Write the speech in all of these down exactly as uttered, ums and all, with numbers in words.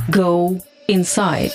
Go inside.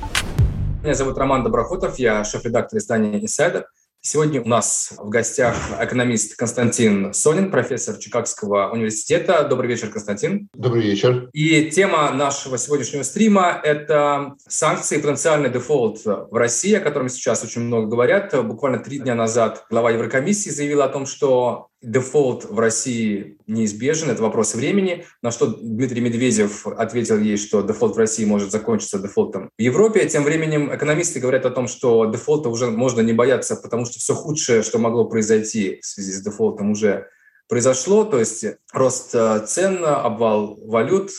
Меня зовут Роман Доброхотов, я шеф-редактор издания Insider. Сегодня у нас в гостях экономист Константин Сонин, профессор Чикагского университета. Добрый вечер, Константин. Добрый вечер. И тема нашего сегодняшнего стрима – это санкции и потенциальный дефолт в России, о котором сейчас очень много говорят. Буквально три дня назад глава Еврокомиссии заявила о том, что дефолт в России неизбежен, это вопрос времени, на что Дмитрий Медведев ответил ей, что дефолт в России может закончиться дефолтом в Европе. Тем временем экономисты говорят о том, что дефолта уже можно не бояться, потому что все худшее, что могло произойти в связи с дефолтом, уже произошло, то есть рост цен, обвал валют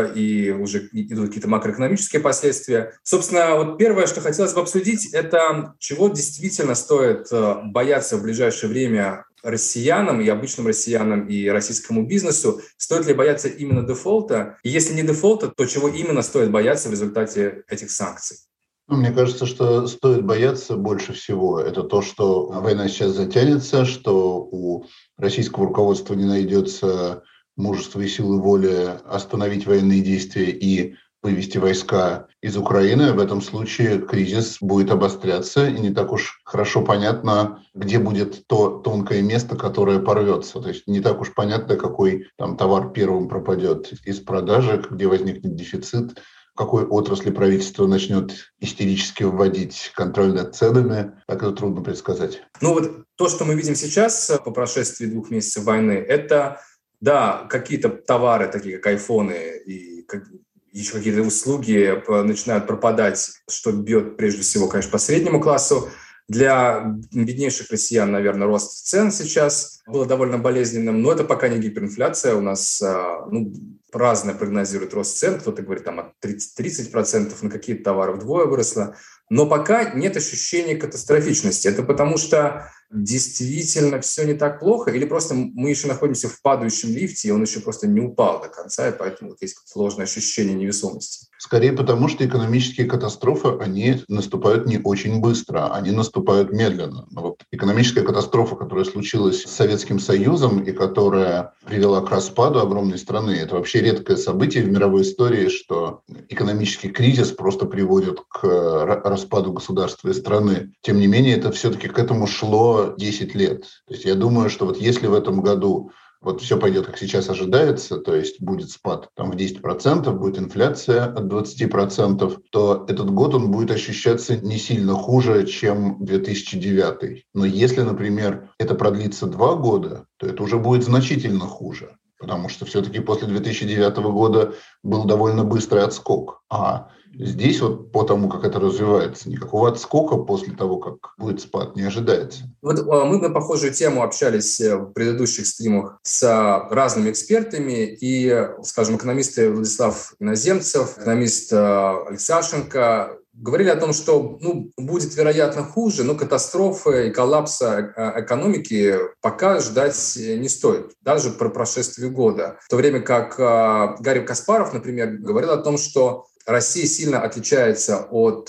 и уже идут какие-то макроэкономические последствия. Собственно, вот первое, что хотелось бы обсудить, это чего действительно стоит бояться в ближайшее время россиянам и обычным россиянам и российскому бизнесу. Стоит ли бояться именно дефолта? И если не дефолта, то чего именно стоит бояться в результате этих санкций? Ну, мне кажется, что стоит бояться больше всего. Это то, что война сейчас затянется, что у российского руководства не найдется мужества и силы воли остановить военные действия и вывести войска из Украины. В этом случае кризис будет обостряться, и не так уж хорошо понятно, где будет то тонкое место, которое порвется. То есть не так уж понятно, какой там товар первым пропадет из продажи, где возникнет дефицит, в какой отрасли правительство начнет истерически вводить контроль над ценами. Так это трудно предсказать. Ну вот то, что мы видим сейчас по прошествии двух месяцев войны, это, да, какие-то товары, такие как айфоны и как еще какие-то услуги начинают пропадать, что бьет прежде всего, конечно, по среднему классу. Для беднейших россиян, наверное, рост цен сейчас был довольно болезненным, но это пока не гиперинфляция. У нас ну, разное прогнозирует рост цен. Кто-то говорит, там от тридцати процентов на какие-то товары вдвое выросло. Но пока нет ощущения катастрофичности. Это потому что действительно все не так плохо, или просто мы еще находимся в падающем лифте, и он еще просто не упал до конца, и поэтому вот есть сложное ощущение невесомости. Скорее потому, что экономические катастрофы, они наступают не очень быстро, они наступают медленно. Но вот экономическая катастрофа, которая случилась с Советским Союзом и которая привела к распаду огромной страны, это вообще редкое событие в мировой истории, что экономический кризис просто приводит к распаду государства и страны. Тем не менее, это все-таки к этому шло десять лет. То есть я думаю, что вот если в этом году вот все пойдет, как сейчас ожидается, то есть будет спад там, в десять процентов, будет инфляция от двадцати процентов, то этот год он будет ощущаться не сильно хуже, чем две тысячи девятый. Но если, например, это продлится два года, то это уже будет значительно хуже. Потому что все-таки после две тысячи девятого года был довольно быстрый отскок. А здесь вот по тому, как это развивается, никакого отскока после того, как будет спад, не ожидается. Вот мы на похожую тему общались в предыдущих стримах с разными экспертами. И, скажем, экономисты Владислав Иноземцев, экономист Алексашенко говорили о том, что ну, будет, вероятно, хуже, но катастрофы и коллапса экономики пока ждать не стоит, даже про прошествие года. В то время как Гарри Каспаров, например, говорил о том, что Россия сильно отличается от,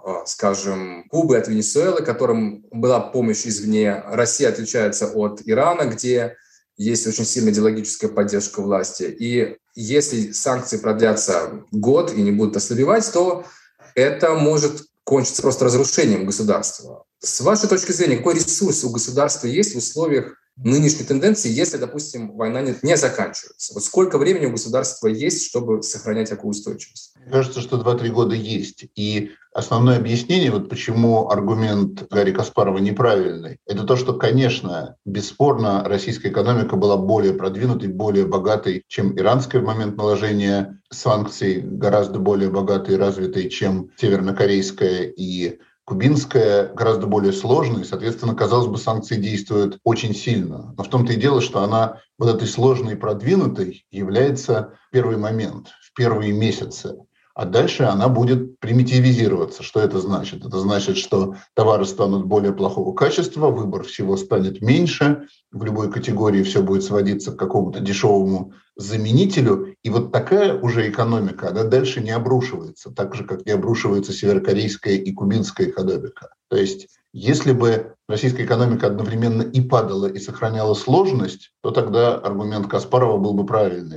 скажем, Кубы, от Венесуэлы, которым была помощь извне. Россия отличается от Ирана, где есть очень сильная идеологическая поддержка власти. И если санкции продлятся год и не будут ослабевать, то это может кончиться просто разрушением государства. С вашей точки зрения, какой ресурс у государства есть в условиях нынешней тенденции, если, допустим, война не, не заканчивается? Вот сколько времени у государства есть, чтобы сохранять такую устойчивость? Мне кажется, что два-три года есть. И основное объяснение, вот почему аргумент Гарри Каспарова неправильный, это то, что, конечно, бесспорно, российская экономика была более продвинутой, более богатой, чем иранская в момент наложения санкций, гораздо более богатой и развитой, чем севернокорейская и кубинская, гораздо более сложная, и, соответственно, казалось бы, санкции действуют очень сильно. Но в том-то и дело, что она вот этой сложной и продвинутой является в первый момент, в первые месяцы. А дальше она будет примитивизироваться. Что это значит? Это значит, что товары станут более плохого качества, выбор всего станет меньше, в любой категории все будет сводиться к какому-то дешевому заменителю. И вот такая уже экономика, она дальше не обрушивается, так же, как не обрушивается северокорейская и кубинская экономика. То есть если бы российская экономика одновременно и падала, и сохраняла сложность, то тогда аргумент Каспарова был бы правильный.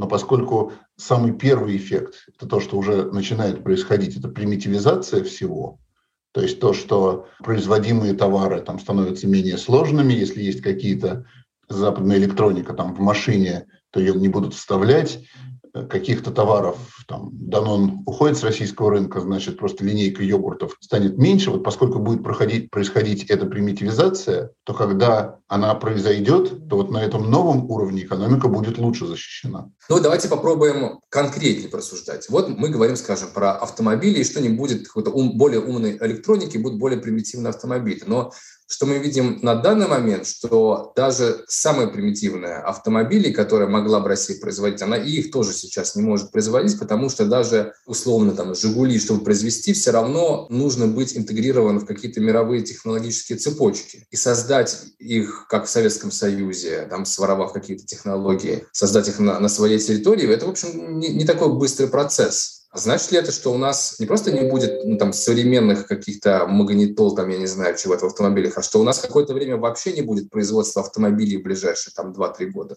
Но поскольку самый первый эффект – это то, что уже начинает происходить, это примитивизация всего, то есть то, что производимые товары там становятся менее сложными, если есть какие-то западная электроника там в машине, то ее не будут вставлять, каких-то товаров, там, Данон уходит с российского рынка, значит, просто линейка йогуртов станет меньше. Вот поскольку будет проходить, происходить эта примитивизация, то когда она произойдет, то вот на этом новом уровне экономика будет лучше защищена. Ну, давайте попробуем конкретнее просуждать. Вот мы говорим, скажем, про автомобили, и что не будет какой-то ум, более умной электроники, будут более примитивные автомобили. Но что мы видим на данный момент, что даже самые примитивные автомобили, которые могла бы Россия производить, она и их тоже сейчас не может производить, потому что даже условно там «Жигули», чтобы произвести, все равно нужно быть интегрирован в какие-то мировые технологические цепочки. И создать их, как в Советском Союзе, там, своровав какие-то технологии, создать их на, на своей территории, это, в общем, не, не такой быстрый процесс. Значит ли это, что у нас не просто не будет ну, там, современных каких-то магнитол, там, я не знаю, чего-то в автомобилях, а что у нас какое-то время вообще не будет производства автомобилей в ближайшие там, два-три года?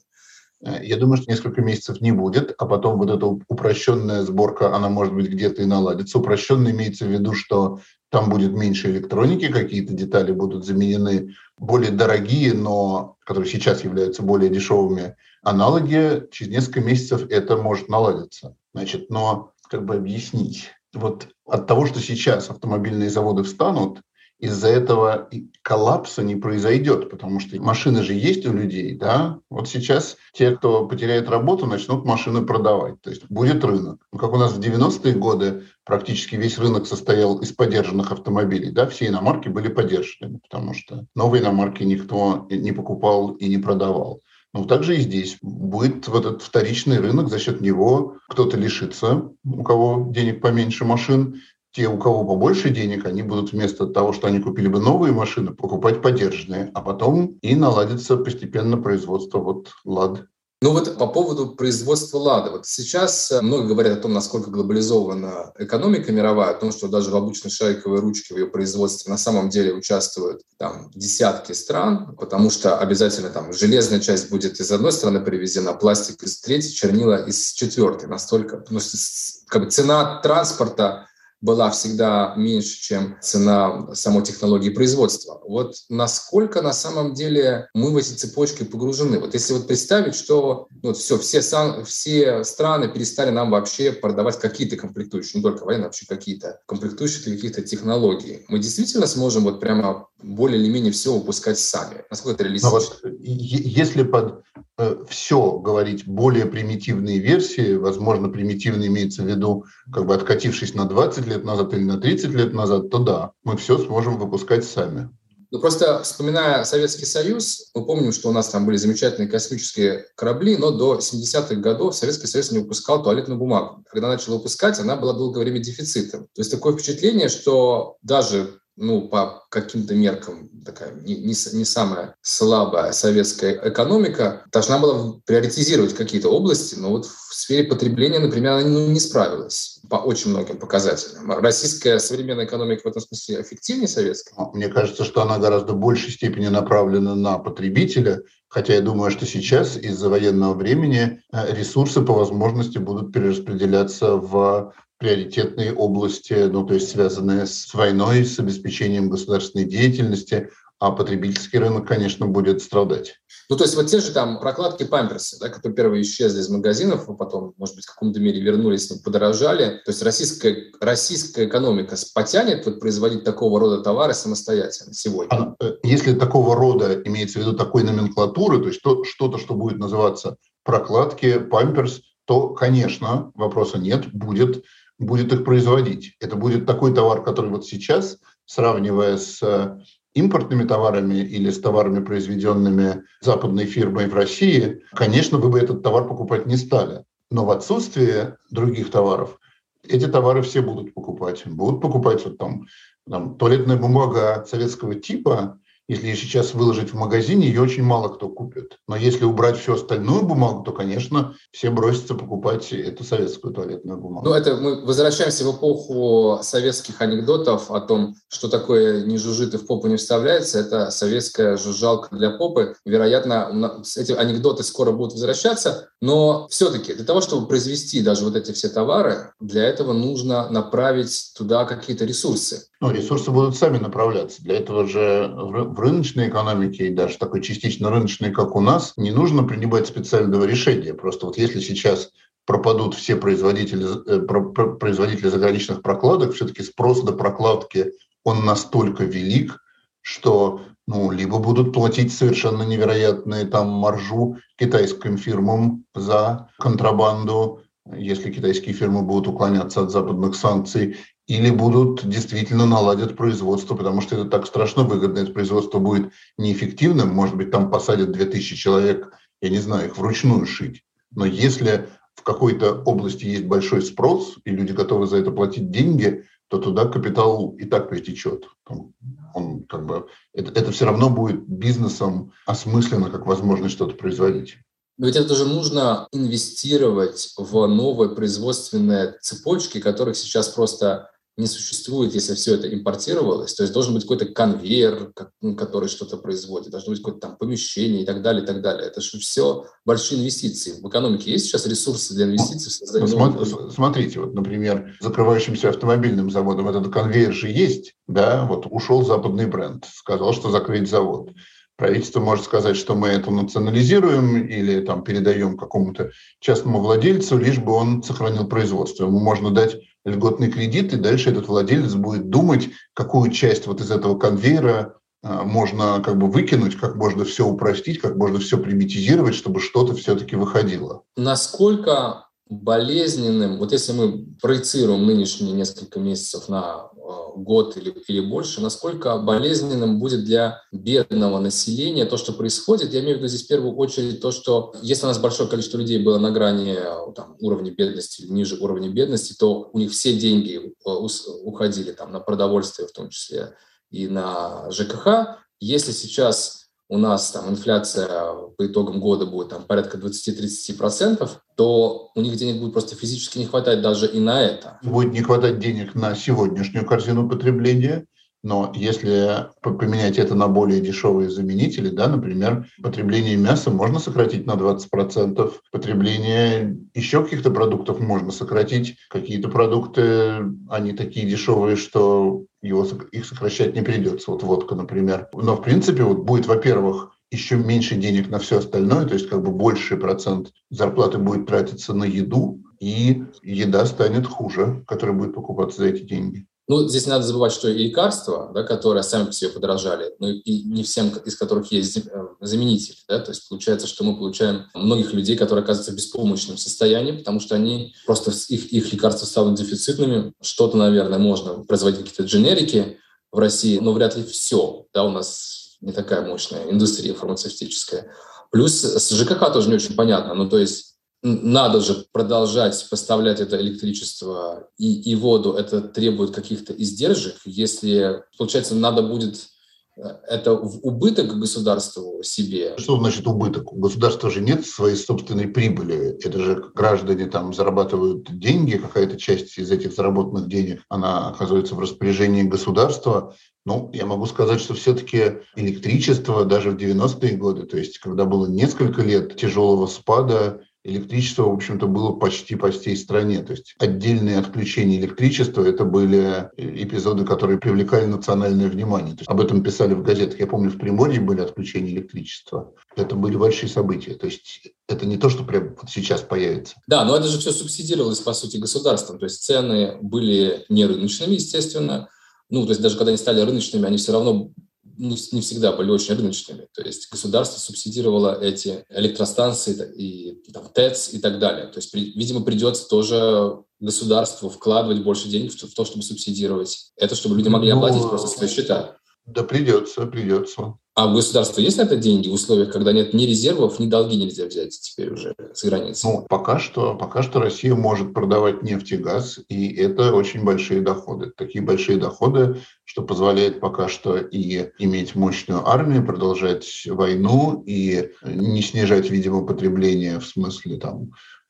Я думаю, что несколько месяцев не будет, а потом вот эта упрощенная сборка, она может быть где-то и наладится. Упрощенно имеется в виду, что там будет меньше электроники, какие-то детали будут заменены, более дорогие, но которые сейчас являются более дешевыми аналоги, через несколько месяцев это может наладиться. Значит, но как бы объяснить. Вот от того, что сейчас автомобильные заводы встанут, из-за этого коллапса не произойдет, потому что машины же есть у людей, да? Вот сейчас те, кто потеряет работу, начнут машины продавать, то есть будет рынок. Ну, как у нас в девяностые годы практически весь рынок состоял из подержанных автомобилей, да? Все иномарки были подержанными, потому что новые иномарки никто не покупал и не продавал. Ну, также и здесь будет вот этот вторичный рынок, за счет него кто-то лишится, у кого денег поменьше машин, те, у кого побольше денег, они будут вместо того, что они купили бы новые машины, покупать подержанные, а потом и наладится постепенно производство вот «Лады». Ну вот по поводу производства «Лады». Вот сейчас много говорят о том, насколько глобализована экономика мировая, о том, что даже в обычной шариковой ручке в ее производстве на самом деле участвуют там, десятки стран, потому что обязательно там железная часть будет из одной страны привезена, пластик из третьей, чернила из четвертой. Настолько, потому что как бы, цена транспорта была всегда меньше, чем цена самой технологии производства. Вот насколько на самом деле мы в эти цепочки погружены? Вот если вот представить, что ну, вот все, все, все страны перестали нам вообще продавать какие-то комплектующие, не только военные, а вообще какие-то комплектующие для каких-то технологий, мы действительно сможем вот прямо более или менее все выпускать сами? Насколько это реалистично? Вот, если под э, все говорить более примитивные версии, возможно, примитивно имеется в виду, как бы откатившись на двадцать лет назад или на тридцать лет назад, то да, мы все сможем выпускать сами. Ну, просто вспоминая Советский Союз, мы помним, что у нас там были замечательные космические корабли, но до семидесятых годов Советский Союз не выпускал туалетную бумагу. Когда начал выпускать, она была долгое время дефицитом. То есть такое впечатление, что даже ну, по каким-то меркам такая не, не, не самая слабая советская экономика должна была приоритизировать какие-то области, но вот в сфере потребления, например, она ну, не справилась по очень многим показателям. Российская современная экономика в этом смысле эффективнее советской? Мне кажется, что она гораздо в большей степени направлена на потребителя, хотя я думаю, что сейчас из-за военного времени ресурсы по возможности будут перераспределяться в приоритетные области, ну, то есть связанные с войной, с обеспечением государственной деятельности, а потребительский рынок, конечно, будет страдать. Ну, то есть вот те же там прокладки памперсы, да, которые первые исчезли из магазинов, а потом, может быть, в каком-то мере вернулись, но подорожали. То есть российская, российская экономика потянет вот, производить такого рода товары самостоятельно сегодня? Если такого рода имеется в виду такой номенклатуры, то есть то, что-то, что будет называться прокладки, памперс, то, конечно, вопроса нет, будет, будет их производить. Это будет такой товар, который вот сейчас, сравнивая с импортными товарами или с товарами, произведенными западной фирмой в России, конечно, вы бы этот товар покупать не стали. Но в отсутствие других товаров эти товары все будут покупать. Будут покупать вот там, там туалетная бумага советского типа если ее сейчас выложить в магазине, ее очень мало кто купит. Но если убрать всю остальную бумагу, то, конечно, все бросятся покупать эту советскую туалетную бумагу. Ну, это мы возвращаемся в эпоху советских анекдотов о том, что такое не жужжит и в попу не вставляется. Это советская жужжалка для попы. Вероятно, эти анекдоты скоро будут возвращаться. Но все-таки для того, чтобы произвести даже вот эти все товары, для этого нужно направить туда какие-то ресурсы. Ну, ресурсы будут сами направляться. Для этого же в рыночной экономике, и даже такой частично рыночной, как у нас, не нужно принимать специального решения. Просто вот если сейчас пропадут все производители, производители заграничных прокладок, все-таки спрос на прокладки, он настолько велик, что ну, либо будут платить совершенно невероятные там маржу китайским фирмам за контрабанду, если китайские фирмы будут уклоняться от западных санкций, или будут действительно наладят производство, потому что это так страшно выгодно. Это производство будет неэффективным, может быть, там посадят две тысячи человек, я не знаю, их вручную шить. Но если в какой-то области есть большой спрос, и люди готовы за это платить деньги, то туда капитал и так притечет. Он, как бы, это, это все равно будет бизнесом осмысленно, как возможность что-то производить. Но ведь это же нужно инвестировать в новые производственные цепочки, которых сейчас просто не существует, если все это импортировалось. То есть должен быть какой-то конвейер, который что-то производит, должно быть какое-то там помещение и так далее, и так далее. Это же все большие инвестиции. В экономике есть сейчас ресурсы для инвестиций в создание новых... Смотрите, вот, например, закрывающимся автомобильным заводом этот конвейер же есть, да, вот ушел западный бренд, сказал, что закрыть завод. Правительство может сказать, что мы это национализируем или там передаем какому-то частному владельцу, лишь бы он сохранил производство. Ему можно дать льготный кредит, и дальше этот владелец будет думать, какую часть вот из этого конвейера а, можно как бы выкинуть, как можно все упростить, как можно все примитизировать, чтобы что-то все-таки выходило. Насколько болезненным, вот если мы проецируем нынешние несколько месяцев на год или, или больше, насколько болезненным будет для бедного населения то, что происходит. Я имею в виду здесь в первую очередь то, что если у нас большое количество людей было на грани там, уровня бедности или ниже уровня бедности, то у них все деньги уходили там, на продовольствие в том числе и на ЖКХ. Если сейчас у нас там инфляция по итогам года будет там, порядка двадцать-тридцать процентов, то у них денег будет просто физически не хватать даже и на это. Будет не хватать денег на сегодняшнюю корзину потребления, но если поменять это на более дешевые заменители, да, например, потребление мяса можно сократить на двадцать процентов, потребление еще каких-то продуктов можно сократить. Какие-то продукты, они такие дешевые, что его, их сокращать не придется. Вот водка, например. Но, в принципе, вот будет, во-первых, еще меньше денег на все остальное, то есть как бы больший процент зарплаты будет тратиться на еду, и еда станет хуже, которая будет покупаться за эти деньги. Ну, здесь не надо забывать, что и лекарства, да, которые сами по себе подорожали, но и не всем из которых есть заменитель. Да, то есть получается, что мы получаем многих людей, которые оказываются в беспомощном состоянии, потому что они просто их, их лекарства станут дефицитными. Что-то, наверное, можно производить какие-то дженерики в России, но вряд ли все. Да, у нас не такая мощная индустрия фармацевтическая. Плюс с ЖКХ тоже не очень понятно. Ну, то есть надо же продолжать поставлять это электричество и, и воду. Это требует каких-то издержек. Если, получается, надо будет это в убыток государству себе. Что значит убыток? У государства же нет своей собственной прибыли. Это же граждане там зарабатывают деньги, какая-то часть из этих заработанных денег, она оказывается в распоряжении государства. Ну, я могу сказать, что все-таки электричество даже в девяностые годы, то есть когда было несколько лет тяжелого спада, электричество, в общем-то, было почти по всей стране. То есть отдельные отключения электричества – это были эпизоды, которые привлекали национальное внимание. То есть об этом писали в газетах. Я помню, в Приморье были отключения электричества. Это были большие события. То есть это не то, что прямо вот сейчас появится. Да, но это же все субсидировалось, по сути, государством. То есть цены были не рыночными, естественно. Ну, то есть даже когда они стали рыночными, они все равно не, не всегда были очень рыночными. То есть государство субсидировало эти электростанции и там, ТЭЦ и так далее. То есть, при, видимо, придется тоже государству вкладывать больше денег в, в то, чтобы субсидировать это, чтобы люди могли оплатить ну, просто свои счета. Да, придется, придется. А у государства есть на это деньги в условиях, когда нет ни резервов, ни долги нельзя взять теперь уже с границы? Ну, пока что, пока что Россия может продавать нефть и газ, и это очень большие доходы. Такие большие доходы, что позволяет пока что и иметь мощную армию, продолжать войну и не снижать, видимо, потребление в смысле там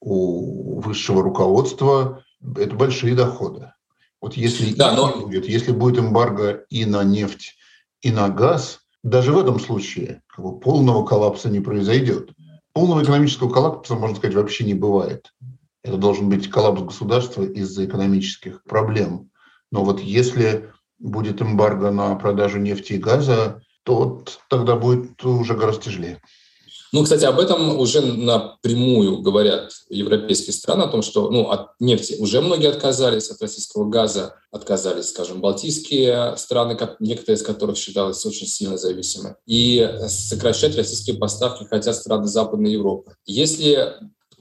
у высшего руководства. Это большие доходы. Вот если Да, их но... не будет, если будет эмбарго и на нефть, и на газ, даже в этом случае как бы, полного коллапса не произойдет. Полного экономического коллапса, можно сказать, вообще не бывает. Это должен быть коллапс государства из-за экономических проблем. Но вот если будет эмбарго на продажу нефти и газа, то вот тогда будет уже гораздо тяжелее. Ну, кстати, об этом уже напрямую говорят европейские страны, о том, что ну, от нефти уже многие отказались, от российского газа отказались, скажем, балтийские страны, некоторые из которых считались очень сильно зависимы. И сокращать российские поставки хотят страны Западной Европы. Если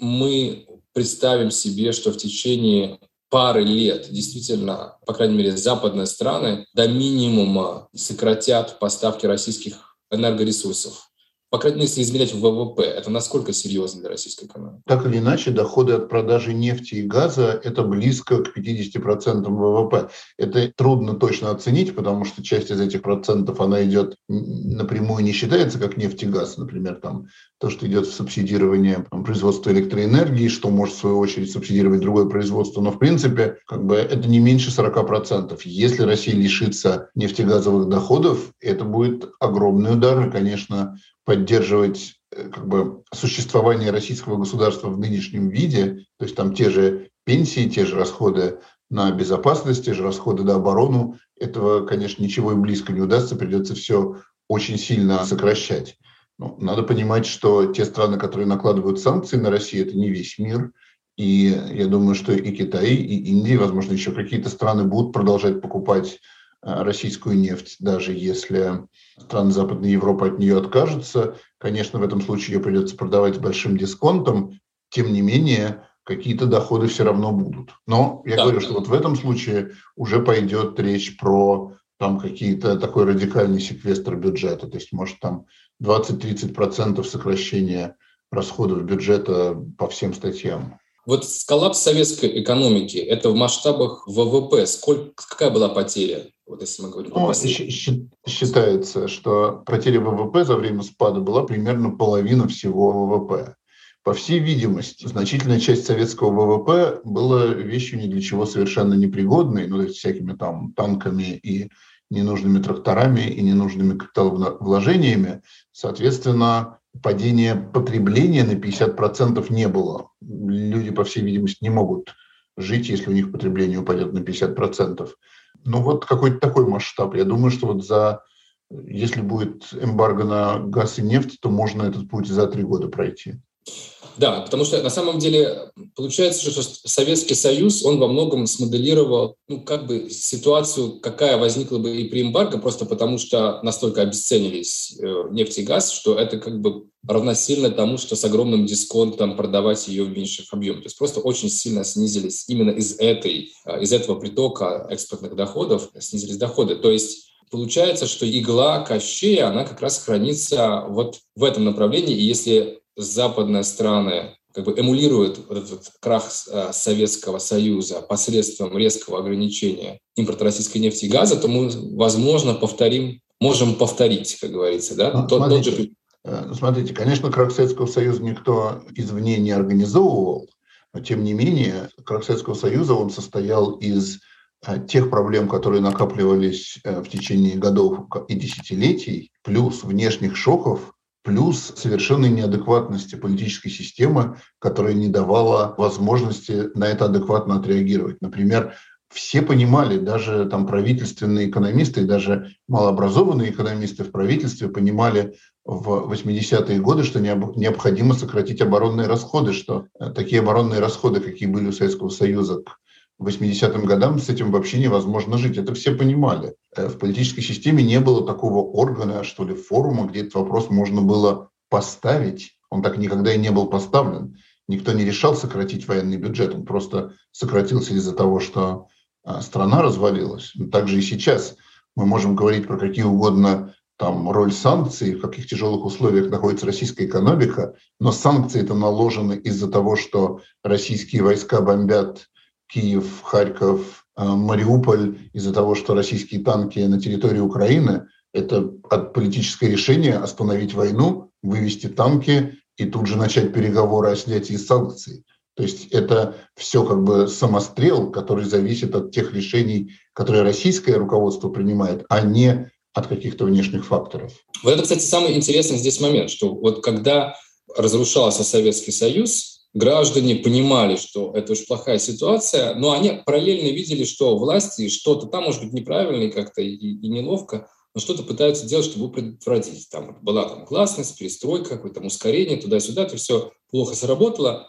мы представим себе, что в течение пары лет действительно, по крайней мере, западные страны до минимума сократят поставки российских энергоресурсов, по крайней мере, если измерять в ВВП, это насколько серьезно для российской экономики? Так или иначе, доходы от продажи нефти и газа – это близко к пятидесяти процентам ВВП. Это трудно точно оценить, потому что часть из этих процентов, она идет напрямую, не считается как нефть и газ, например, там, то, что идет в субсидирование там, производства электроэнергии, что может, в свою очередь, субсидировать другое производство. Но, в принципе, как бы это не меньше сорока процентов. Если Россия лишится нефтегазовых доходов, это будет огромный удар, и, конечно, поддерживать как бы, существование российского государства в нынешнем виде, то есть там те же пенсии, те же расходы на безопасность, те же расходы на оборону, этого, конечно, ничего и близко не удастся, придется все очень сильно сокращать. Ну, надо понимать, что те страны, которые накладывают санкции на Россию, это не весь мир. И я думаю, что и Китай, и Индия, возможно, еще какие-то страны будут продолжать покупать российскую нефть, даже если страны Западной Европы от нее откажутся. Конечно, в этом случае ее придется продавать с большим дисконтом. Тем не менее, какие-то доходы все равно будут. Но я да. говорю, что вот в этом случае уже пойдет речь про там какие-то такой радикальный секвестр бюджета. То есть, может, там двадцать-тридцать процентов сокращения расходов бюджета по всем статьям. Вот коллапс советской экономики, это в масштабах ВВП. Сколько, какая была потеря? Вот если мы говорим ну, считается, что потеря ВВП за время спада была примерно половина всего ВВП. По всей видимости, значительная часть советского ВВП была вещью ни для чего совершенно непригодной, ну, то есть всякими там танками и ненужными тракторами и ненужными капиталовложениями. Соответственно, падения потребления на пятьдесят процентов не было. Люди, по всей видимости, не могут жить, если у них потребление упадет на пятьдесят процентов. Ну вот какой-то такой масштаб. Я думаю, что вот за, если будет эмбарго на газ и нефть, то можно этот путь за три года пройти. Да, потому что на самом деле получается, что Советский Союз, он во многом смоделировал ну, как бы ситуацию, какая возникла бы и при эмбарго, просто потому что настолько обесценились нефть и газ, что это как бы равносильно тому, что с огромным дисконтом продавать ее в меньших объемах. То есть просто очень сильно снизились именно из, этой, из этого притока экспортных доходов, снизились доходы. То есть получается, что игла Кощея, она как раз хранится вот в этом направлении, и если западные страны как бы эмулируют этот крах Советского Союза посредством резкого ограничения импорта российской нефти и газа, то мы, возможно, повторим, можем повторить, как говорится. Да? Ну, тот, смотрите, тот же... смотрите, конечно, крах Советского Союза никто извне не организовывал, но тем не менее крах Советского Союза он состоял из тех проблем, которые накапливались в течение годов и десятилетий, плюс внешних шоков, плюс совершенной неадекватности политической системы, которая не давала возможности на это адекватно отреагировать. Например, все понимали, даже там правительственные экономисты, даже малообразованные экономисты в правительстве понимали в восьмидесятые годы, что необходимо сократить оборонные расходы, что такие оборонные расходы, какие были у Советского Союза к восьмидесятым годам, с этим вообще невозможно жить. Это все понимали. В политической системе не было такого органа, что ли, форума, где этот вопрос можно было поставить. Он так никогда и не был поставлен. Никто не решал сократить военный бюджет. Он просто сократился из-за того, что страна развалилась. Также и сейчас мы можем говорить про какие угодно там роль санкций, в каких тяжелых условиях находится российская экономика, но санкции это наложены из-за того, что российские войска бомбят Киев, Харьков, Мариуполь, из-за того, что российские танки на территории Украины. Это политическое решение остановить войну, вывести танки и тут же начать переговоры о снятии санкций. То есть это все как бы самострел, который зависит от тех решений, которые российское руководство принимает, а не от каких-то внешних факторов. Вот это, кстати, самый интересный здесь момент, что вот когда разрушался Советский Союз, граждане понимали, что это очень плохая ситуация, но они параллельно видели, что власти что-то там, может быть, неправильно как-то и, и неловко, но что-то пытаются делать, чтобы предотвратить. Там была там гласность, перестройка, какое-то там ускорение, туда-сюда, это все плохо сработало.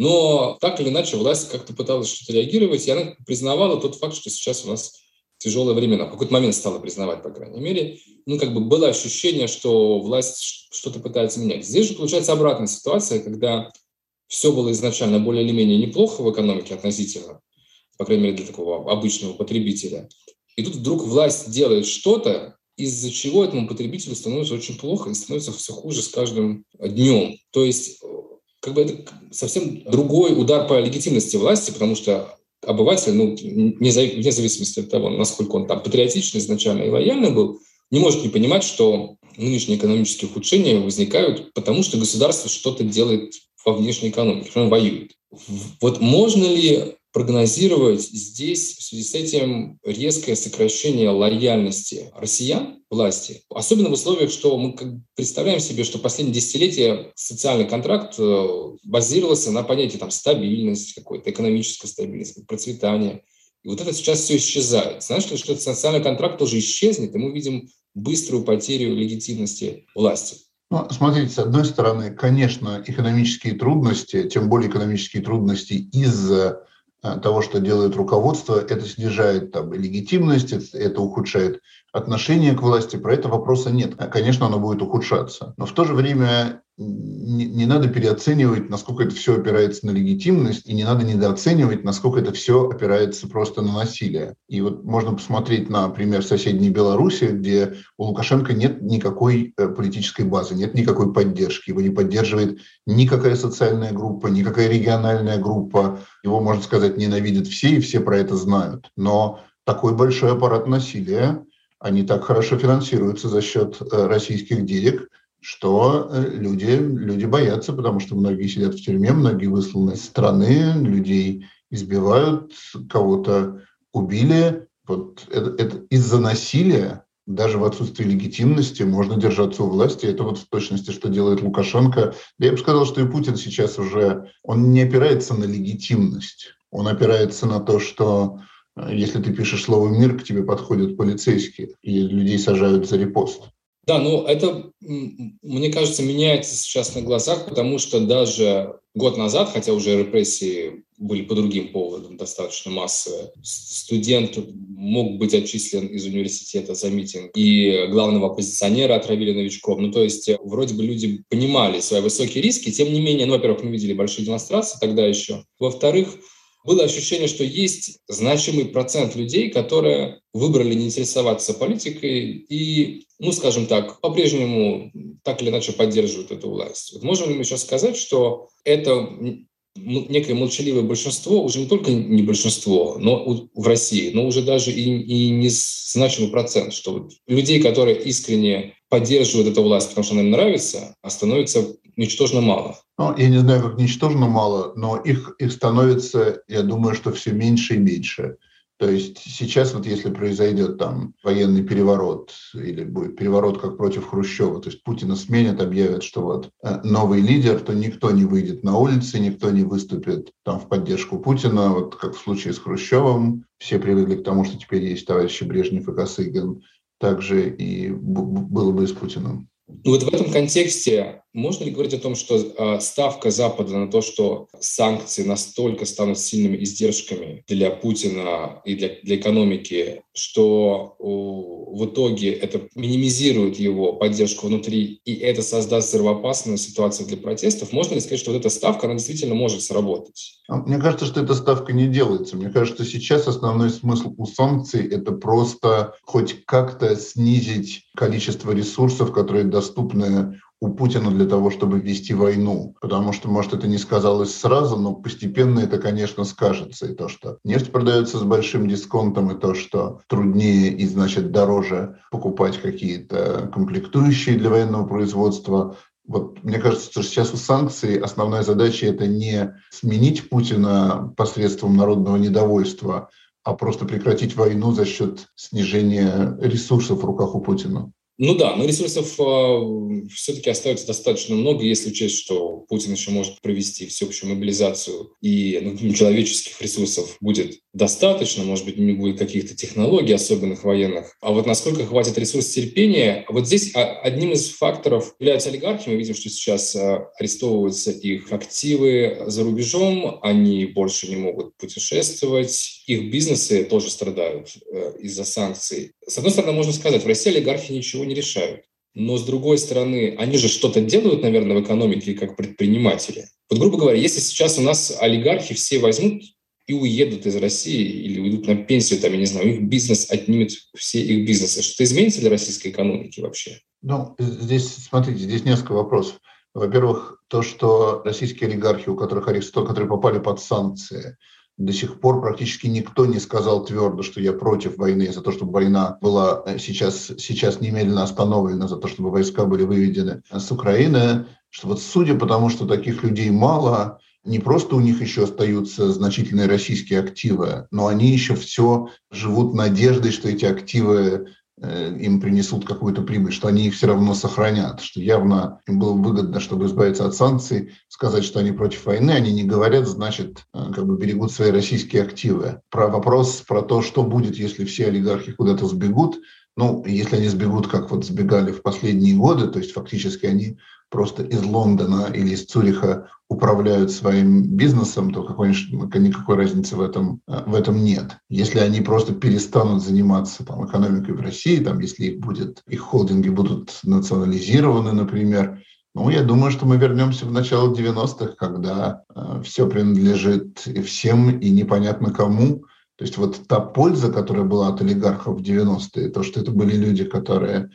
Но так или иначе власть как-то пыталась что-то реагировать, и она признавала тот факт, что сейчас у нас тяжелые времена. В какой-то момент стала признавать, по крайней мере. Ну, как бы было ощущение, что власть что-то пытается менять. Здесь же получается обратная ситуация, когда все было изначально более или менее неплохо в экономике относительно, по крайней мере, для такого обычного потребителя. И тут вдруг власть делает что-то, из-за чего этому потребителю становится очень плохо и становится все хуже с каждым днем. То есть как бы это совсем другой удар по легитимности власти, потому что обыватель, ну, вне зависимости от того, насколько он там патриотичный изначально и лояльный был, не может не понимать, что нынешние экономические ухудшения возникают, потому что государство что-то делает во внешней экономике, что оно воюет. Вот можно ли прогнозировать здесь в связи с этим резкое сокращение лояльности россиян власти, особенно в условиях, что мы представляем себе, что последние десятилетия социальный контракт базировался на понятии там, стабильность, какой-то экономическая стабильность, процветание. И вот это сейчас все исчезает. Знаешь ли, что этот социальный контракт тоже исчезнет, и мы видим быструю потерю легитимности власти? Ну, смотрите, с одной стороны, конечно, экономические трудности, тем более экономические трудности из-за того, что делает руководство, это снижает там, легитимность, это, это ухудшает отношение к власти, про это вопроса нет. Конечно, оно будет ухудшаться. Но в то же время не, не надо переоценивать, насколько это все опирается на легитимность, и не надо недооценивать, насколько это все опирается просто на насилие. И вот можно посмотреть на пример соседней Беларуси, где у Лукашенко нет никакой политической базы, нет никакой поддержки. Его не поддерживает никакая социальная группа, никакая региональная группа. Его, можно сказать, ненавидят все, и все про это знают. Но такой большой аппарат насилия, они так хорошо финансируются за счет российских денег, что люди, люди боятся, потому что многие сидят в тюрьме, многие высланы из страны, людей избивают, кого-то убили. Вот это, это из-за насилия, даже в отсутствии легитимности, можно держаться у власти. Это вот в точности, что делает Лукашенко. Да я бы сказал, что и Путин сейчас уже, он не опирается на легитимность, он опирается на то, что если ты пишешь слово «мир», к тебе подходят полицейские и людей сажают за репост. Да, ну это, мне кажется, меняется сейчас на глазах, потому что даже год назад, хотя уже репрессии были по другим поводам достаточно массовые, студент мог быть отчислен из университета за митинг, и главного оппозиционера отравили новичком. Ну то есть вроде бы люди понимали свои высокие риски, тем не менее, ну, во-первых, мы видели большие демонстрации тогда еще, во-вторых, было ощущение, что есть значимый процент людей, которые выбрали не интересоваться политикой и, ну, скажем так, по-прежнему так или иначе поддерживают эту власть. Вот можем ли мы сейчас сказать, что это некое молчаливое большинство, уже не только не большинство, но в России, но уже даже и, и не значимый процент, что вот людей, которые искренне поддерживают эту власть, потому что она им нравится, а становится ничтожно мало. Ну, я не знаю, как ничтожно мало, но их, их становится, я думаю, что все меньше и меньше. То есть сейчас вот если произойдет там военный переворот или будет переворот как против Хрущева, то есть Путина сменят, объявят, что вот новый лидер, то никто не выйдет на улицы, никто не выступит там в поддержку Путина, вот как в случае с Хрущевым. Все привыкли к тому, что теперь есть товарищи Брежнев и Косыгин. Также и было бы и с Путиным. Ну вот в этом контексте можно ли говорить о том, что э, ставка Запада на то, что санкции настолько станут сильными издержками для Путина и для, для экономики, что э, в итоге это минимизирует его поддержку внутри, и это создаст взрывоопасную ситуацию для протестов? Можно ли сказать, что вот эта ставка, она действительно может сработать? Мне кажется, что эта ставка не делается. Мне кажется, что сейчас основной смысл у санкций – это просто хоть как-то снизить количество ресурсов, которые доступны у Путина для того, чтобы вести войну. Потому что, может, это не сказалось сразу, но постепенно это, конечно, скажется. И то, что нефть продается с большим дисконтом, и то, что труднее и, значит, дороже покупать какие-то комплектующие для военного производства. Вот мне кажется, что сейчас у санкций основная задача – это не сменить Путина посредством народного недовольства, а просто прекратить войну за счет снижения ресурсов в руках у Путина. Ну да, но ресурсов э, все-таки остается достаточно много, если учесть, что Путин еще может провести всеобщую мобилизацию, и ну, человеческих ресурсов будет достаточно, может быть, не будет каких-то технологий особенных военных. А вот насколько хватит ресурс терпения, вот здесь одним из факторов являются олигархи. Мы видим, что сейчас арестовываются их активы за рубежом, они больше не могут путешествовать, их бизнесы тоже страдают э, из-за санкций. С одной стороны, можно сказать, в России олигархи ничего не решают. Но, с другой стороны, они же что-то делают, наверное, в экономике как предприниматели. Вот, грубо говоря, если сейчас у нас олигархи все возьмут и уедут из России или уйдут на пенсию, там, я не знаю, их бизнес отнимет все их бизнесы, что-то изменится для российской экономики вообще? Ну, здесь, смотрите, здесь несколько вопросов. Во-первых, то, что российские олигархи, у которых арестованы, которые попали под санкции, до сих пор практически никто не сказал твердо, что я против войны, за то, чтобы война была сейчас, сейчас немедленно остановлена, за то, чтобы войска были выведены с Украины. Что вот судя по тому, что таких людей мало, не просто у них еще остаются значительные российские активы, но они еще все живут надеждой, что эти активы им принесут какую-то прибыль, что они их все равно сохранят, что явно им было выгодно, чтобы избавиться от санкций, сказать, что они против войны, они не говорят, значит, как бы берегут свои российские активы. Про вопрос про то, что будет, если все олигархи куда-то сбегут, ну, если они сбегут, как вот сбегали в последние годы, то есть фактически они просто из Лондона или из Цюриха управляют своим бизнесом, то какой, никакой разницы в этом, в этом нет. Если они просто перестанут заниматься там, экономикой в России, там, если их, будет, их холдинги будут национализированы, например, ну, я думаю, что мы вернемся в начало девяностых, когда э, все принадлежит всем и непонятно кому. То есть вот та польза, которая была от олигархов в девяностые, то, что это были люди, которые,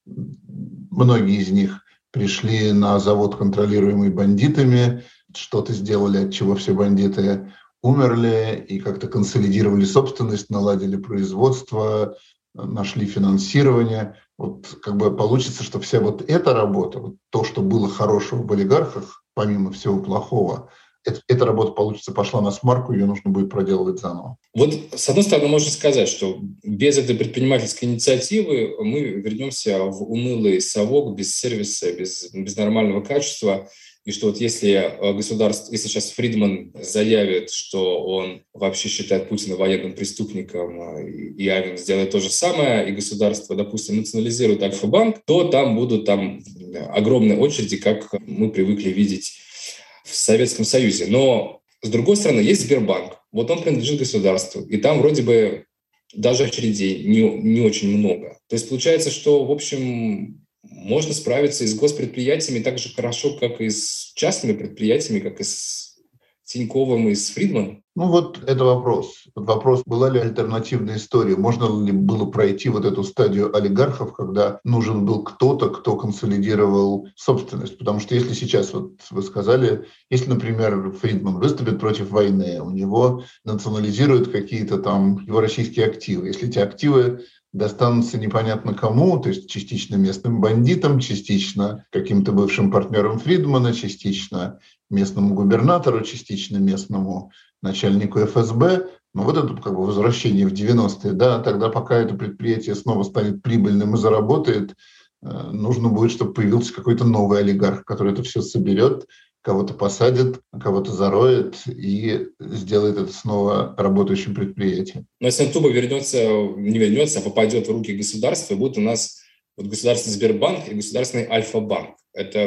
многие из них пришли на завод, контролируемый бандитами, что-то сделали, от чего все бандиты умерли, и как-то консолидировали собственность, наладили производство, нашли финансирование. Вот как бы получится, что вся вот эта работа, вот то, что было хорошего в олигархах, помимо всего плохого, это, эта работа, получится, пошла на смарку, ее нужно будет проделывать заново. Вот, с одной стороны, можно сказать, что без этой предпринимательской инициативы мы вернемся в унылый совок, без сервиса, без, без нормального качества. И что вот если государство, если сейчас Фридман заявит, что он вообще считает Путина военным преступником, и Авен сделает то же самое, и государство, допустим, национализирует Альфа-банк, то там будут там огромные очереди, как мы привыкли видеть в Советском Союзе. Но, с другой стороны, есть Сбербанк. Вот он принадлежит государству, и там вроде бы даже очередей не, не очень много. То есть получается, что, в общем, можно справиться и с госпредприятиями так же хорошо, как и с частными предприятиями, как и с Тиньковым и с Фридманом. Ну вот это вопрос. Вопрос, была ли альтернативная история? Можно ли было пройти вот эту стадию олигархов, когда нужен был кто-то, кто консолидировал собственность? Потому что если сейчас, вот вы сказали, если, например, Фридман выступит против войны, у него национализируют какие-то там его российские активы. Если эти активы достанутся непонятно кому, то есть частично местным бандитам, частично каким-то бывшим партнерам Фридмана, частично местному губернатору, частично местному начальнику эф эс бэ. Но вот это как бы возвращение в девяностые, да, тогда пока это предприятие снова станет прибыльным и заработает, нужно будет, чтобы появился какой-то новый олигарх, который это все соберет, кого-то посадит, кого-то зароет и сделает это снова работающим предприятием. Но если он тупо вернется, не вернется, а попадет в руки государства, будет у нас вот государственный Сбербанк и государственный Альфа-банк. Это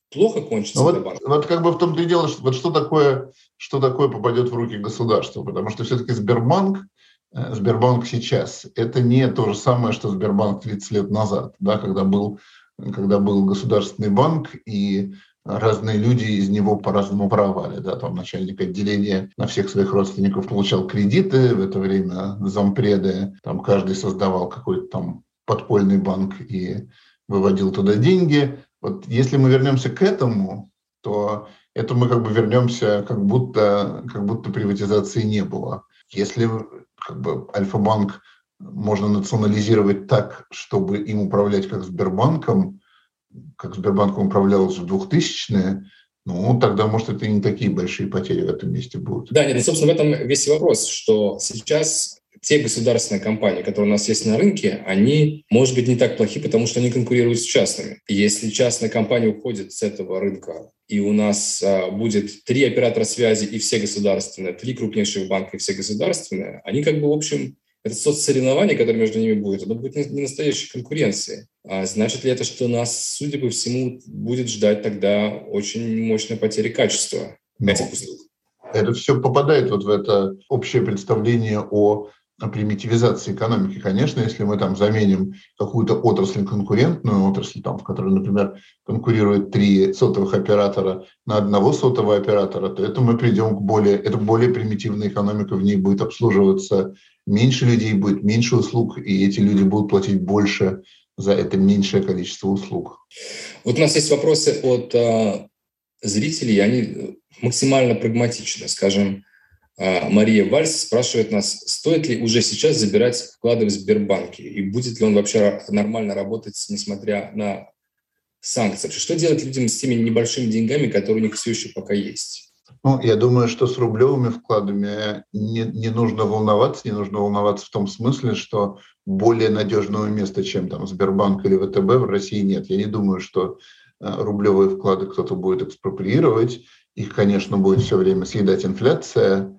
плохо кончится ну для вот, банка. Вот как бы в том-то и дело, что, вот что такое, что такое попадет в руки государства, потому что все-таки Сбербанк, э, Сбербанк сейчас, это не то же самое, что Сбербанк тридцать лет назад, да, когда был, когда был государственный банк, и разные люди из него по-разному воровали. Да, там начальник отделения на всех своих родственников получал кредиты, в это время зампреды, там каждый создавал какой-то там подпольный банк и выводил туда деньги. Вот если мы вернемся к этому, то это мы как бы вернемся, как будто, как будто приватизации не было. Если как бы Альфа-банк можно национализировать так, чтобы им управлять как Сбербанком, как Сбербанком управлялось в двухтысячные, ну, тогда, может, это и не такие большие потери в этом месте будут. Да, нет, ну, собственно, в этом весь вопрос, что сейчас те государственные компании, которые у нас есть на рынке, они, может быть, не так плохи, потому что они конкурируют с частными. Если частная компания уходит с этого рынка, и у нас а, будет три оператора связи и все государственные, три крупнейших банка и все государственные, они как бы, в общем, это соцсоревнование, которое между ними будет, оно будет не настоящей конкуренцией. А значит ли это, что нас, судя по всему, будет ждать тогда очень мощная потеря качества этих услуг? Это все попадает вот в это общее представление о примитивизации экономики. Конечно, если мы там заменим какую-то отрасль, конкурентную отрасль, там, в которой, например, конкурируют три сотовых оператора на одного сотового оператора, то это мы придем к более, это более примитивная экономика, в ней будет обслуживаться меньше людей, будет меньше услуг, и эти люди будут платить больше за это меньшее количество услуг. Вот у нас есть вопросы от э, зрителей, они максимально прагматичны. Скажем, э, Мария Вальс спрашивает нас, стоит ли уже сейчас забирать вклады в Сбербанке, и будет ли он вообще нормально работать, несмотря на санкции? Что делать людям с теми небольшими деньгами, которые у них все еще пока есть? Ну, я думаю, что с рублевыми вкладами не, не нужно волноваться, не нужно волноваться в том смысле, что более надежного места, чем там Сбербанк или ВТБ, в России нет. Я не думаю, что э, рублевые вклады кто-то будет экспроприировать. Их, конечно, будет все время съедать инфляция,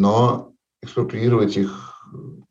но экспроприировать их,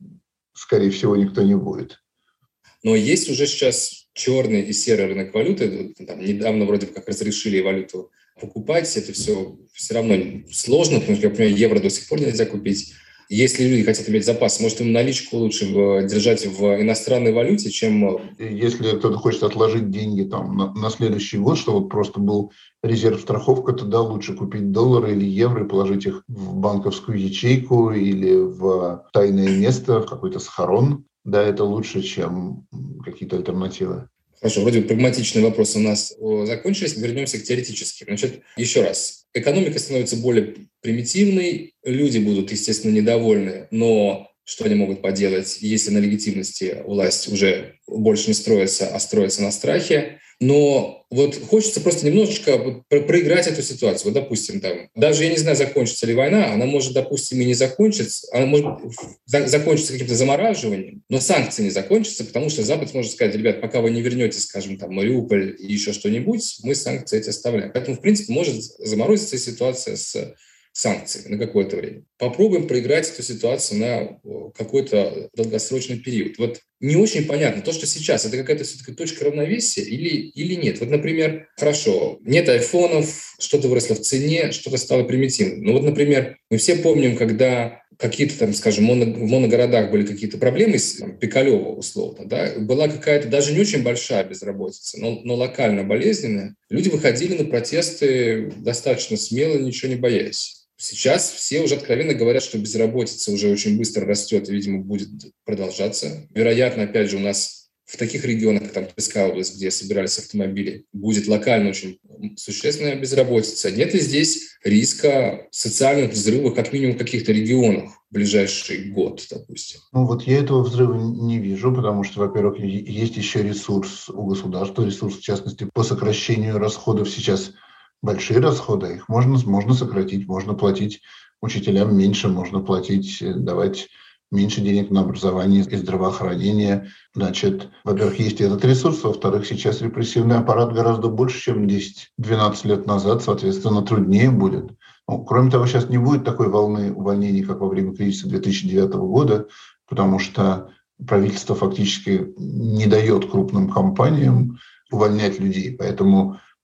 скорее всего, никто не будет. Но есть уже сейчас черный и серый рынок валюты. Там недавно вроде как разрешили валюту покупать. Это все все равно сложно, потому что, я понимаю, евро до сих пор нельзя купить. Если люди хотят иметь запас, может, им наличку лучше держать в иностранной валюте, чем... Если кто-то хочет отложить деньги там, на, на следующий год, что вот просто был резерв, страховка, то да, лучше купить доллары или евро и положить их в банковскую ячейку или в тайное место, в какой-то схорон. Да, это лучше, чем какие-то альтернативы. Хорошо, вроде бы прагматичные вопросы у нас закончились. Вернемся к теоретическим. Значит, еще раз. Экономика становится более примитивной. Люди будут, естественно, недовольны. Но что они могут поделать, если на легитимности власть уже больше не строится, а строится на страхе? Но вот хочется просто немножечко проиграть эту ситуацию. Вот, допустим, там, даже я не знаю, закончится ли война, она может, допустим, и не закончиться, она может закончиться каким-то замораживанием, но санкции не закончатся, потому что Запад может сказать, ребят, пока вы не вернете, скажем, там, Мариуполь и еще что-нибудь, мы санкции эти оставляем. Поэтому, в принципе, может заморозиться ситуация с санкциями на какое-то время. Попробуем проиграть эту ситуацию на какой-то долгосрочный период. Вот не очень понятно, то, что сейчас, это какая-то все-таки точка равновесия или, или нет. Вот, например, хорошо, нет айфонов, что-то выросло в цене, что-то стало примитивным. Ну вот, например, мы все помним, когда какие-то там, скажем, моно, в моногородах были какие-то проблемы, там, Пикалево условно, да, была какая-то даже не очень большая безработица, но, но локально болезненная. Люди выходили на протесты достаточно смело, ничего не боясь. Сейчас все уже откровенно говорят, что безработица уже очень быстро растет и, видимо, будет продолжаться. Вероятно, опять же, у нас в таких регионах, как там Тверская область, где собирались автомобили, будет локально очень существенная безработица. Нет ли здесь риска социальных взрывов, как минимум в каких-то регионах в ближайший год, допустим? Ну вот я этого взрыва не вижу, потому что, во-первых, есть еще ресурс у государства, ресурс, в частности, по сокращению расходов сейчас. Большие расходы, их можно, можно сократить, можно платить учителям меньше, можно платить, давать меньше денег на образование и здравоохранение. Значит, во-первых, есть этот ресурс, во-вторых, сейчас репрессивный аппарат гораздо больше, чем десять-двенадцать лет назад, соответственно, труднее будет. Ну, кроме того, сейчас не будет такой волны увольнений, как во время кризиса две тысячи девятого года, потому что правительство фактически не дает крупным компаниям увольнять людей, поэтому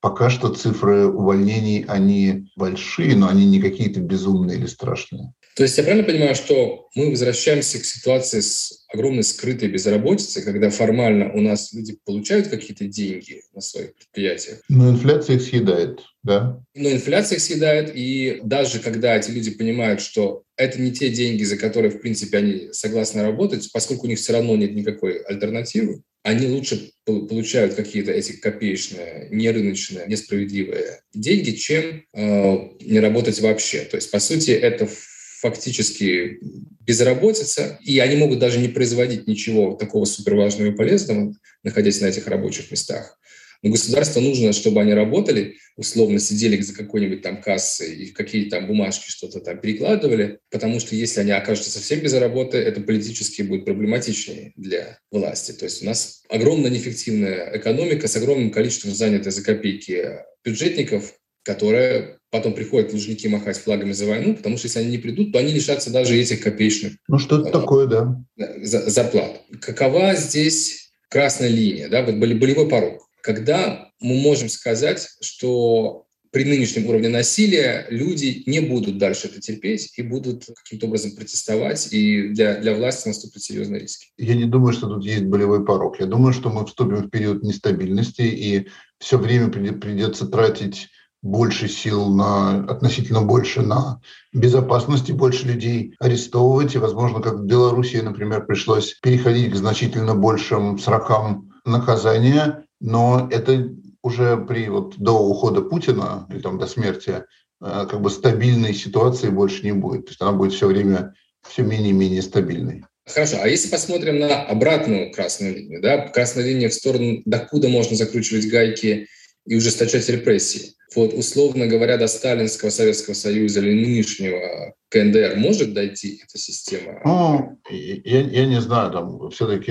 пока что цифры увольнений, они большие, но они не какие-то безумные или страшные. То есть я правильно понимаю, что мы возвращаемся к ситуации с огромной скрытой безработицей, когда формально у нас люди получают какие-то деньги на своих предприятиях? Но инфляция их съедает, да? Но инфляция их съедает, и даже когда эти люди понимают, что это не те деньги, за которые, в принципе, они согласны работать, поскольку у них все равно нет никакой альтернативы, они лучше получают какие-то эти копеечные, нерыночные, несправедливые деньги, чем э, не работать вообще. То есть, по сути, это фактически безработица, и они могут даже не производить ничего такого суперважного и полезного, находясь на этих рабочих местах. Но государству нужно, чтобы они работали, условно сидели за какой-нибудь там кассой и какие-то там бумажки что-то там перекладывали, потому что если они окажутся совсем без работы, это политически будет проблематичнее для власти. То есть у нас огромная неэффективная экономика с огромным количеством занятых за копейки бюджетников, которые потом приходят должники махать флагами за войну, потому что если они не придут, то они лишатся даже этих копеечных ну, что-то э, такое, да. зарплат. Какова здесь красная линия, да, вот болевой порог? Когда мы можем сказать, что при нынешнем уровне насилия люди не будут дальше это терпеть и будут каким-то образом протестовать, и для, для власти наступят серьезные риски? Я не думаю, что тут есть болевой порог. Я думаю, что мы вступим в период нестабильности, и все время придется тратить больше сил, на, относительно больше на безопасность, и больше людей арестовывать. И, возможно, как в Беларуси, например, пришлось переходить к значительно большим срокам наказания. Но это уже при, вот, до ухода Путина или там, до смерти как бы стабильной ситуации больше не будет. То есть она будет все время все менее и менее стабильной. Хорошо, а если посмотрим на обратную красную линию, да, красная линия в сторону, докуда можно закручивать гайки и ужесточать репрессии. Вот, условно говоря, до сталинского Советского Союза или нынешнего ка эн дэ эр может дойти эта система? Ну, я, я не знаю, там все-таки,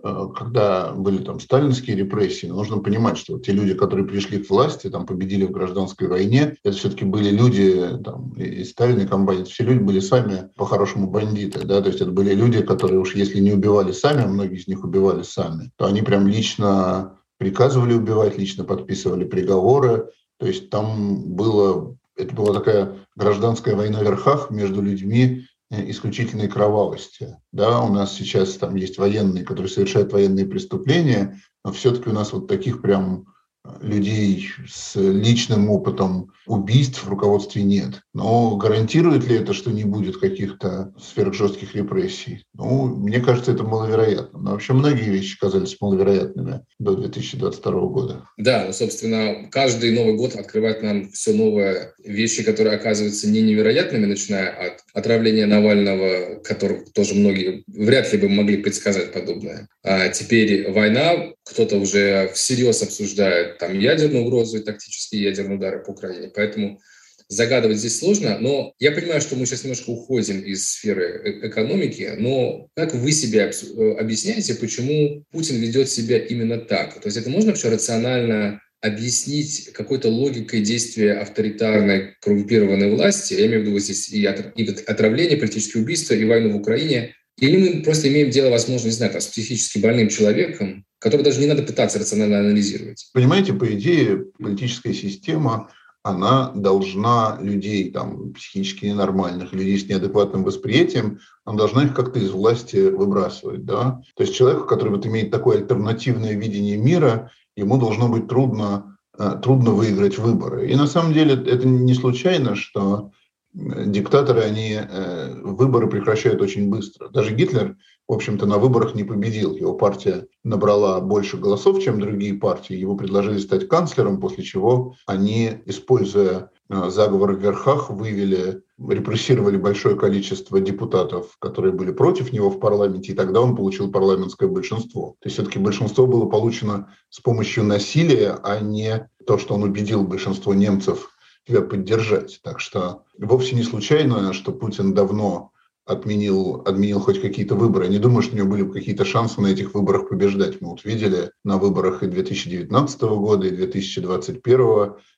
когда были там сталинские репрессии, нужно понимать, что те люди, которые пришли к власти, там победили в гражданской войне, это все-таки были люди, там, и Сталин, и Камбанец, все люди были сами по-хорошему бандиты, да, то есть это были люди, которые уж если не убивали сами, а многие из них убивали сами, то они прям лично приказывали убивать, лично подписывали приговоры. То есть там было, это была такая гражданская война в верхах между людьми исключительной кровавости. Да, у нас сейчас там есть военные, которые совершают военные преступления, но все-таки у нас вот таких прям людей с личным опытом убийств в руководстве нет. Но гарантирует ли это, что не будет каких-то сверхжестких репрессий? Ну, мне кажется, это маловероятно. Но вообще многие вещи казались маловероятными до две тысячи двадцать второго года. Да, ну, собственно, каждый Новый год открывает нам все новые вещи, которые оказываются не невероятными, начиная от отравления Навального, которого тоже многие вряд ли бы могли предсказать подобное. А теперь война, кто-то уже всерьез обсуждает там ядерную угрозу и тактические ядерные удары по Украине. Поэтому загадывать здесь сложно, но я понимаю, что мы сейчас немножко уходим из сферы экономики, но как вы себе объясняете, почему Путин ведет себя именно так? То есть это можно все рационально объяснить какой-то логикой действия авторитарной коррумпированной власти? Я имею в виду здесь и отравление, политические убийства, и войну в Украине. Или мы просто имеем дело, возможно, не знаю, там, с психически больным человеком, который даже не надо пытаться рационально анализировать? Понимаете, по идее, политическая система, она должна людей, там, психически ненормальных, людей с неадекватным восприятием, она должна их как-то из власти выбрасывать. Да? То есть человеку, который вот имеет такое альтернативное видение мира, ему должно быть трудно, трудно выиграть выборы. И на самом деле это не случайно, что диктаторы, они выборы прекращают очень быстро. Даже Гитлер, в общем-то, на выборах не победил. Его партия набрала больше голосов, чем другие партии. Его предложили стать канцлером, после чего они, используя заговор в верхах, вывели, репрессировали большое количество депутатов, которые были против него в парламенте, и тогда он получил парламентское большинство. То есть все-таки большинство было получено с помощью насилия, а не то, что он убедил большинство немцев себя поддержать. Так что вовсе не случайно, что Путин давно отменил, отменил хоть какие-то выборы. Я не думаю, что у него были какие-то шансы на этих выборах побеждать. Мы вот видели на выборах и две тысячи девятнадцатого года, и две тысячи двадцать первого,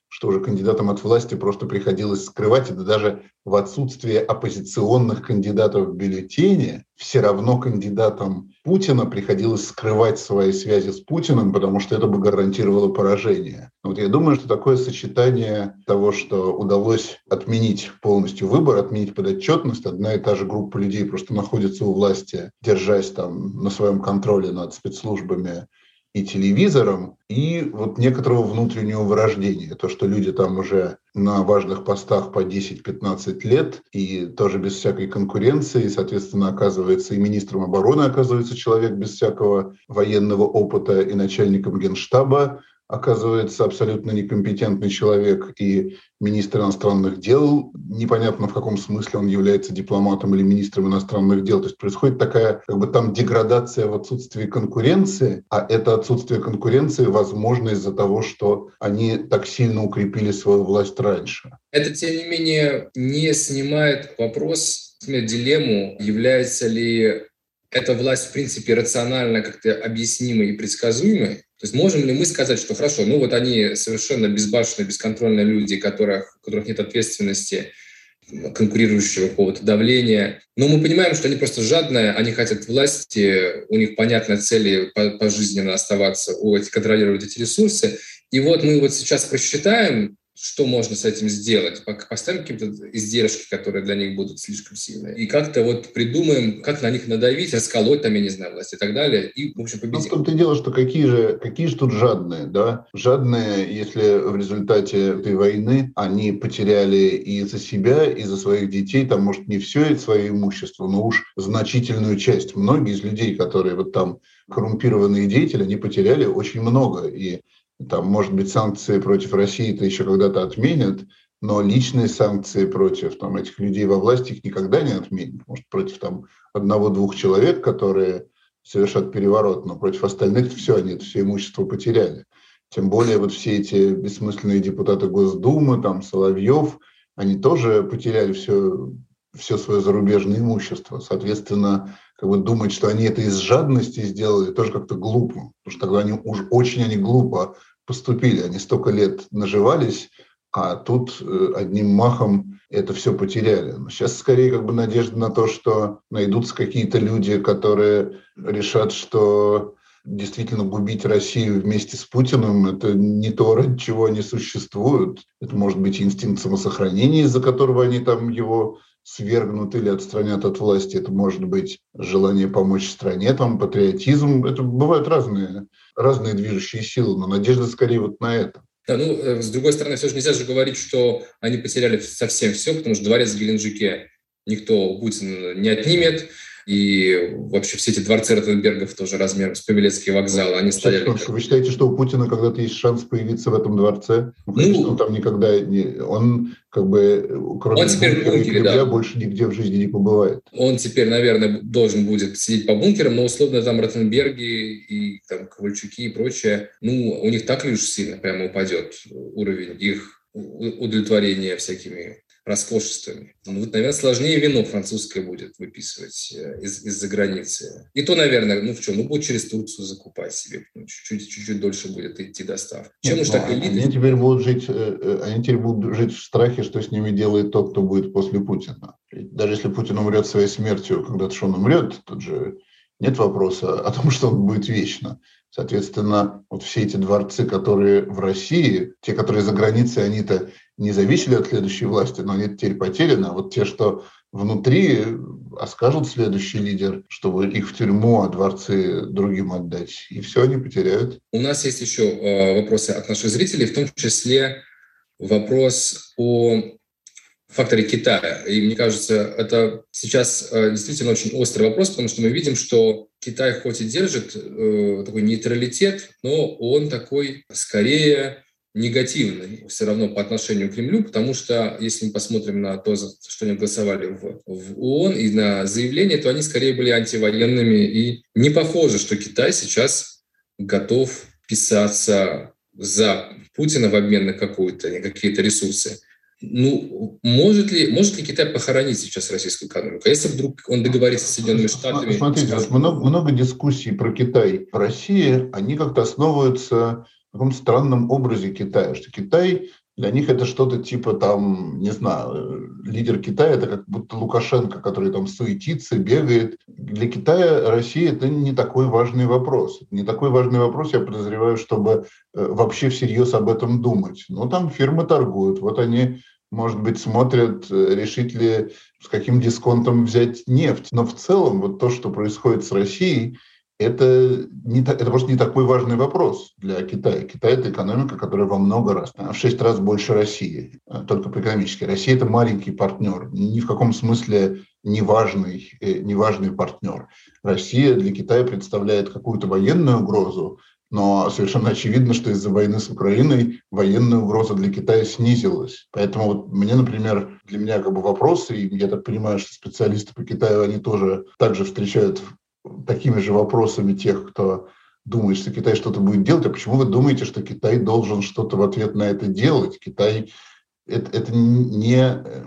что уже кандидатам от власти просто приходилось скрывать, это даже в отсутствии оппозиционных кандидатов в бюллетене, все равно кандидатам Путина приходилось скрывать свои связи с Путиным, потому что это бы гарантировало поражение. Вот я думаю, что такое сочетание того, что удалось отменить полностью выбор, отменить подотчетность, одна и та же группа людей просто находится у власти, держась там на своем контроле над спецслужбами и телевизором, и вот некоторого внутреннего вырождения. То, что люди там уже на важных постах по десять-пятнадцать лет, и тоже без всякой конкуренции, и, соответственно, оказывается, и министром обороны оказывается человек без всякого военного опыта, и начальником Генштаба оказывается абсолютно некомпетентный человек, и министр иностранных дел, непонятно в каком смысле он является дипломатом или министром иностранных дел. То есть происходит такая как бы там деградация в отсутствии конкуренции, а это отсутствие конкуренции возможно из-за того, что они так сильно укрепили свою власть раньше. Это, тем не менее, не снимает вопрос, дилемму, является ли эта власть, в принципе, рационально как-то объяснимой и предсказуемой. То есть можем ли мы сказать, что хорошо, ну вот они совершенно безбашенные, бесконтрольные люди, которых, у которых нет ответственности, конкурирующего какого-то давления. Но мы понимаем, что они просто жадные, они хотят власти, у них понятные цели пожизненно оставаться, контролировать эти ресурсы. И вот мы вот сейчас просчитаем, что можно с этим сделать, поставим какие-то издержки, которые для них будут слишком сильные, и как-то вот придумаем, как на них надавить, расколоть там, я не знаю, власть и так далее, и, в общем, победить. Ну, в том-то и дело, что какие же, какие же тут жадные, да? Жадные, если в результате этой войны они потеряли и за себя, и за своих детей, там, может, не все свое имущество, но уж значительную часть. Многие из людей, которые вот там коррумпированные деятели, они потеряли очень много, и там, может быть, санкции против России-то еще когда-то отменят, но личные санкции против там, этих людей во власти их никогда не отменят. Может, против там, одного-двух человек, которые совершат переворот, но против остальных все, они это все имущество потеряли. Тем более вот все эти бессмысленные депутаты Госдумы, там, Соловьев, они тоже потеряли все, все свое зарубежное имущество. Соответственно, как бы думать, что они это из жадности сделали, тоже как-то глупо. Потому что тогда они уж очень они глупо поступили. Они столько лет наживались, а тут одним махом это все потеряли. Но сейчас скорее как бы надежда на то, что найдутся какие-то люди, которые решат, что действительно губить Россию вместе с Путиным – это не то, ради чего они существуют. Это может быть инстинкт самосохранения, из-за которого они там его свергнут или отстранят от власти. Это может быть желание помочь стране, там, патриотизм. Это бывают разные, разные движущие силы, но надежда скорее вот на это. Да, ну, с другой стороны, все же нельзя же говорить, что они потеряли совсем все, потому что дворец в Геленджике никто у Путина не отнимет. И вообще все эти дворцы Ротенбергов тоже размером с Павелецкий вокзал, они стояли... Вы считаете, что у Путина когда-то есть шанс появиться в этом дворце? Ну, конечно, ну, он там никогда не... Он как бы, кроме он теперь бункера и бункере, Кремля, да. больше нигде в жизни не побывает. Он теперь, наверное, должен будет сидеть по бункерам, но условно там Ротенберги и там Ковальчуки и прочее, ну, у них так ли уж сильно прямо упадет уровень их удовлетворения всякими роскошествами. Ну, вот, наверное, сложнее вино французское будет выписывать из- из-за границы. И то, наверное, ну в чем? Ну, будет через Турцию закупать себе. Ну, чуть-чуть, чуть-чуть дольше будет идти доставка. Чем уж так элиты... Они теперь будут жить, они теперь будут жить в страхе, что с ними делает тот, кто будет после Путина. Даже если Путин умрет своей смертью, когда-то что он умрет, тут же нет вопроса о том, что он будет вечно. Соответственно, вот все эти дворцы, которые в России, те, которые за границей, они-то не зависели от следующей власти, но они теперь потеряны. А вот те, что внутри, а скажут следующий лидер, чтобы их в тюрьму, а дворцы другим отдать. И все они потеряют. У нас есть еще э, вопросы от наших зрителей, в том числе вопрос о факторе Китая. И мне кажется, это сейчас э, действительно очень острый вопрос, потому что мы видим, что Китай хоть и держит э, такой нейтралитет, но он такой скорее негативный все равно по отношению к Кремлю, потому что если мы посмотрим на то, за что они голосовали в, в ООН и на заявления, то они скорее были антивоенными. И не похоже, что Китай сейчас готов писаться за Путина в обмен на какую-то, на какие-то ресурсы. Ну, может ли, может ли Китай похоронить сейчас российскую экономику? А если вдруг он договорится с Соединенными Штатами... Смотрите, вот много, много дискуссий про Китай в России, они как-то основываются в таком странном образе Китая, что Китай Для них это что-то типа там, не знаю, лидер Китая – это как будто Лукашенко, который там суетится, бегает. Для Китая Россия – это не такой важный вопрос. Не такой важный вопрос, я подозреваю, чтобы вообще всерьез об этом думать. Но там фирмы торгуют, вот они, может быть, смотрят, решить ли, с каким дисконтом взять нефть. Но в целом вот то, что происходит с Россией, Это, не, это просто не такой важный вопрос для Китая. Китай – это экономика, которая во много раз, в шесть раз больше России, только по экономически. Россия – это маленький партнер, ни в каком смысле не важный, не важный партнер. Россия для Китая представляет какую-то военную угрозу, но совершенно очевидно, что из-за войны с Украиной военная угроза для Китая снизилась. Поэтому вот мне, например, для меня как бы вопрос, и я так понимаю, что специалисты по Китаю, они тоже также встречают такими же вопросами тех, кто думает, что Китай что-то будет делать. А почему вы думаете, что Китай должен что-то в ответ на это делать? Китай это, это не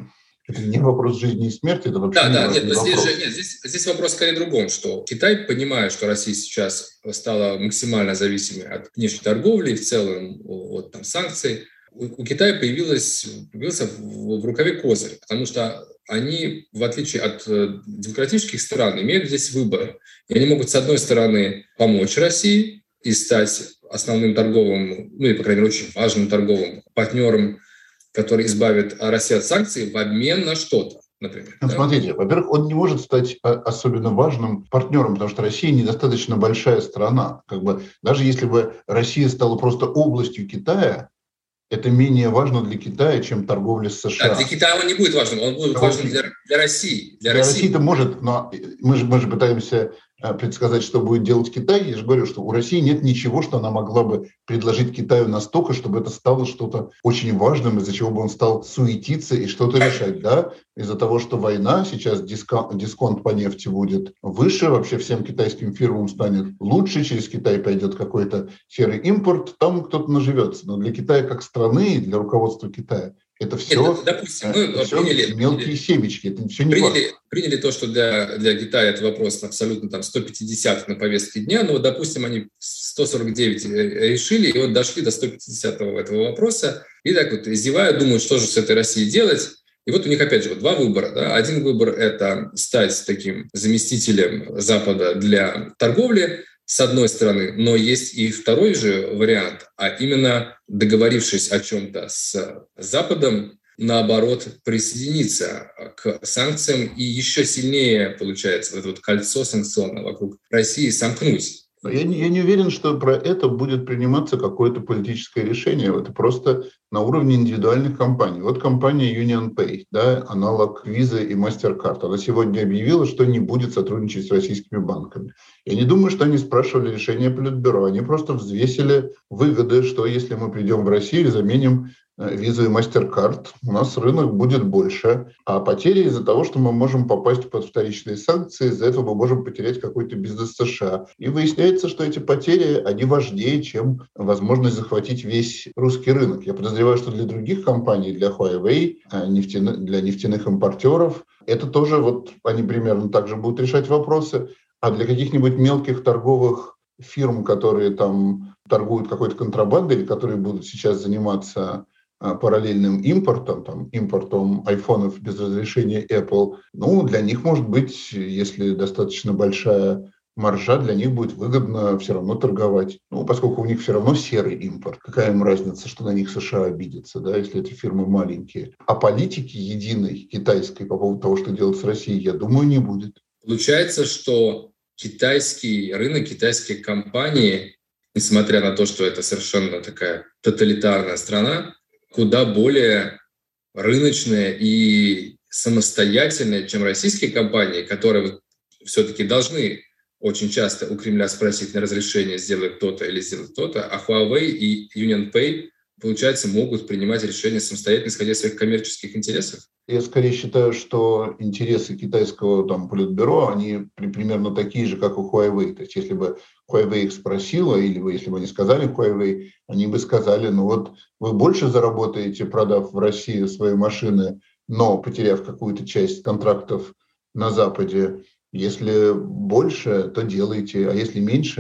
это не вопрос жизни и смерти, это вообще да, не да, важный нет, вопрос. Здесь, же, нет, здесь, здесь вопрос скорее в другом, что Китай, понимая, что Россия сейчас стала максимально зависимой от внешней торговли и в целом от там, санкций, у, у Китая появилось, появился в, в рукаве козырь, потому что они, в отличие от демократических стран, имеют здесь выбор. И они могут, с одной стороны, помочь России и стать основным торговым, ну и, по крайней мере, очень важным торговым партнером, который избавит Россию от санкций в обмен на что-то, например. Ну, да? Смотрите, во-первых, он не может стать особенно важным партнером, потому что Россия недостаточно большая страна. Как бы, даже если бы Россия стала просто областью Китая, это менее важно для Китая, чем торговля с США. Да, для Китая он не будет важным, он будет а важен для, для России. Для, для России это может, но мы же, мы же пытаемся предсказать, что будет делать Китай. Я же говорю, что у России нет ничего, что она могла бы предложить Китаю настолько, чтобы это стало что-то очень важным, из-за чего бы он стал суетиться и что-то решать. Да? Из-за того, что война, сейчас дисконт, дисконт по нефти будет выше, вообще всем китайским фирмам станет лучше, через Китай пойдет какой-то серый импорт, там кто-то наживется. Но для Китая как страны, для руководства Китая, это все, Нет, допустим, мы это все приняли, мелкие приняли, семечки, это все не приняли, важно. приняли то, что для, для Китая это вопрос абсолютно там сто пятьдесят на повестке дня, но, вот, допустим, они сто сорок девять решили, и вот дошли до сто пятидесятого этого вопроса, и так вот издевают, думают, что же с этой Россией делать. И вот у них, опять же, вот два выбора. Да? Один выбор – это стать таким заместителем Запада для торговли, с одной стороны, но есть и второй же вариант, а именно договорившись о чем-то с Западом, наоборот, присоединиться к санкциям и еще сильнее, получается, вот это вот кольцо санкционное вокруг России сомкнуть. Я не, я не уверен, что про это будет приниматься какое-то политическое решение. Это просто на уровне индивидуальных компаний. Вот компания UnionPay, да, аналог Visa и MasterCard. Она сегодня объявила, что не будет сотрудничать с российскими банками. Я не думаю, что они спрашивали решение Политбюро. Они просто взвесили выгоды, что если мы придем в Россию и заменим Visa и MasterCard, у нас рынок будет больше, а потери из-за того, что мы можем попасть под вторичные санкции, из-за этого мы можем потерять какой-то бизнес США. И выясняется, что эти потери, они важнее, чем возможность захватить весь русский рынок. Я подозреваю, что для других компаний, для Huawei, нефтяных, для нефтяных импортеров, это тоже вот они примерно так же будут решать вопросы, а для каких-нибудь мелких торговых фирм, которые там торгуют какой-то контрабандой или которые будут сейчас заниматься параллельным импортом, там, импортом айфонов без разрешения Apple, ну, для них, может быть, если достаточно большая маржа, для них будет выгодно все равно торговать. Ну, поскольку у них все равно серый импорт. Какая им разница, что на них США обидятся, да, если эти фирмы маленькие. А политики единой китайской по поводу того, что делать с Россией, я думаю, не будет. Получается, что китайский рынок, китайские компании, несмотря на то, что это совершенно такая тоталитарная страна, куда более рыночная и самостоятельная, чем российские компании, которые все-таки должны очень часто у Кремля спросить на разрешение сделать то-то или сделать то-то, а Huawei и UnionPay, получается, могут принимать решения самостоятельно, исходя из своих коммерческих интересов? Я скорее считаю, что интересы китайского там, политбюро, они примерно такие же, как у Huawei. То есть если бы Huawei их спросила, или бы, если бы они сказали Huawei, они бы сказали, ну вот вы больше заработаете, продав в России свои машины, но потеряв какую-то часть контрактов на Западе. Если больше, то делайте, а если меньше,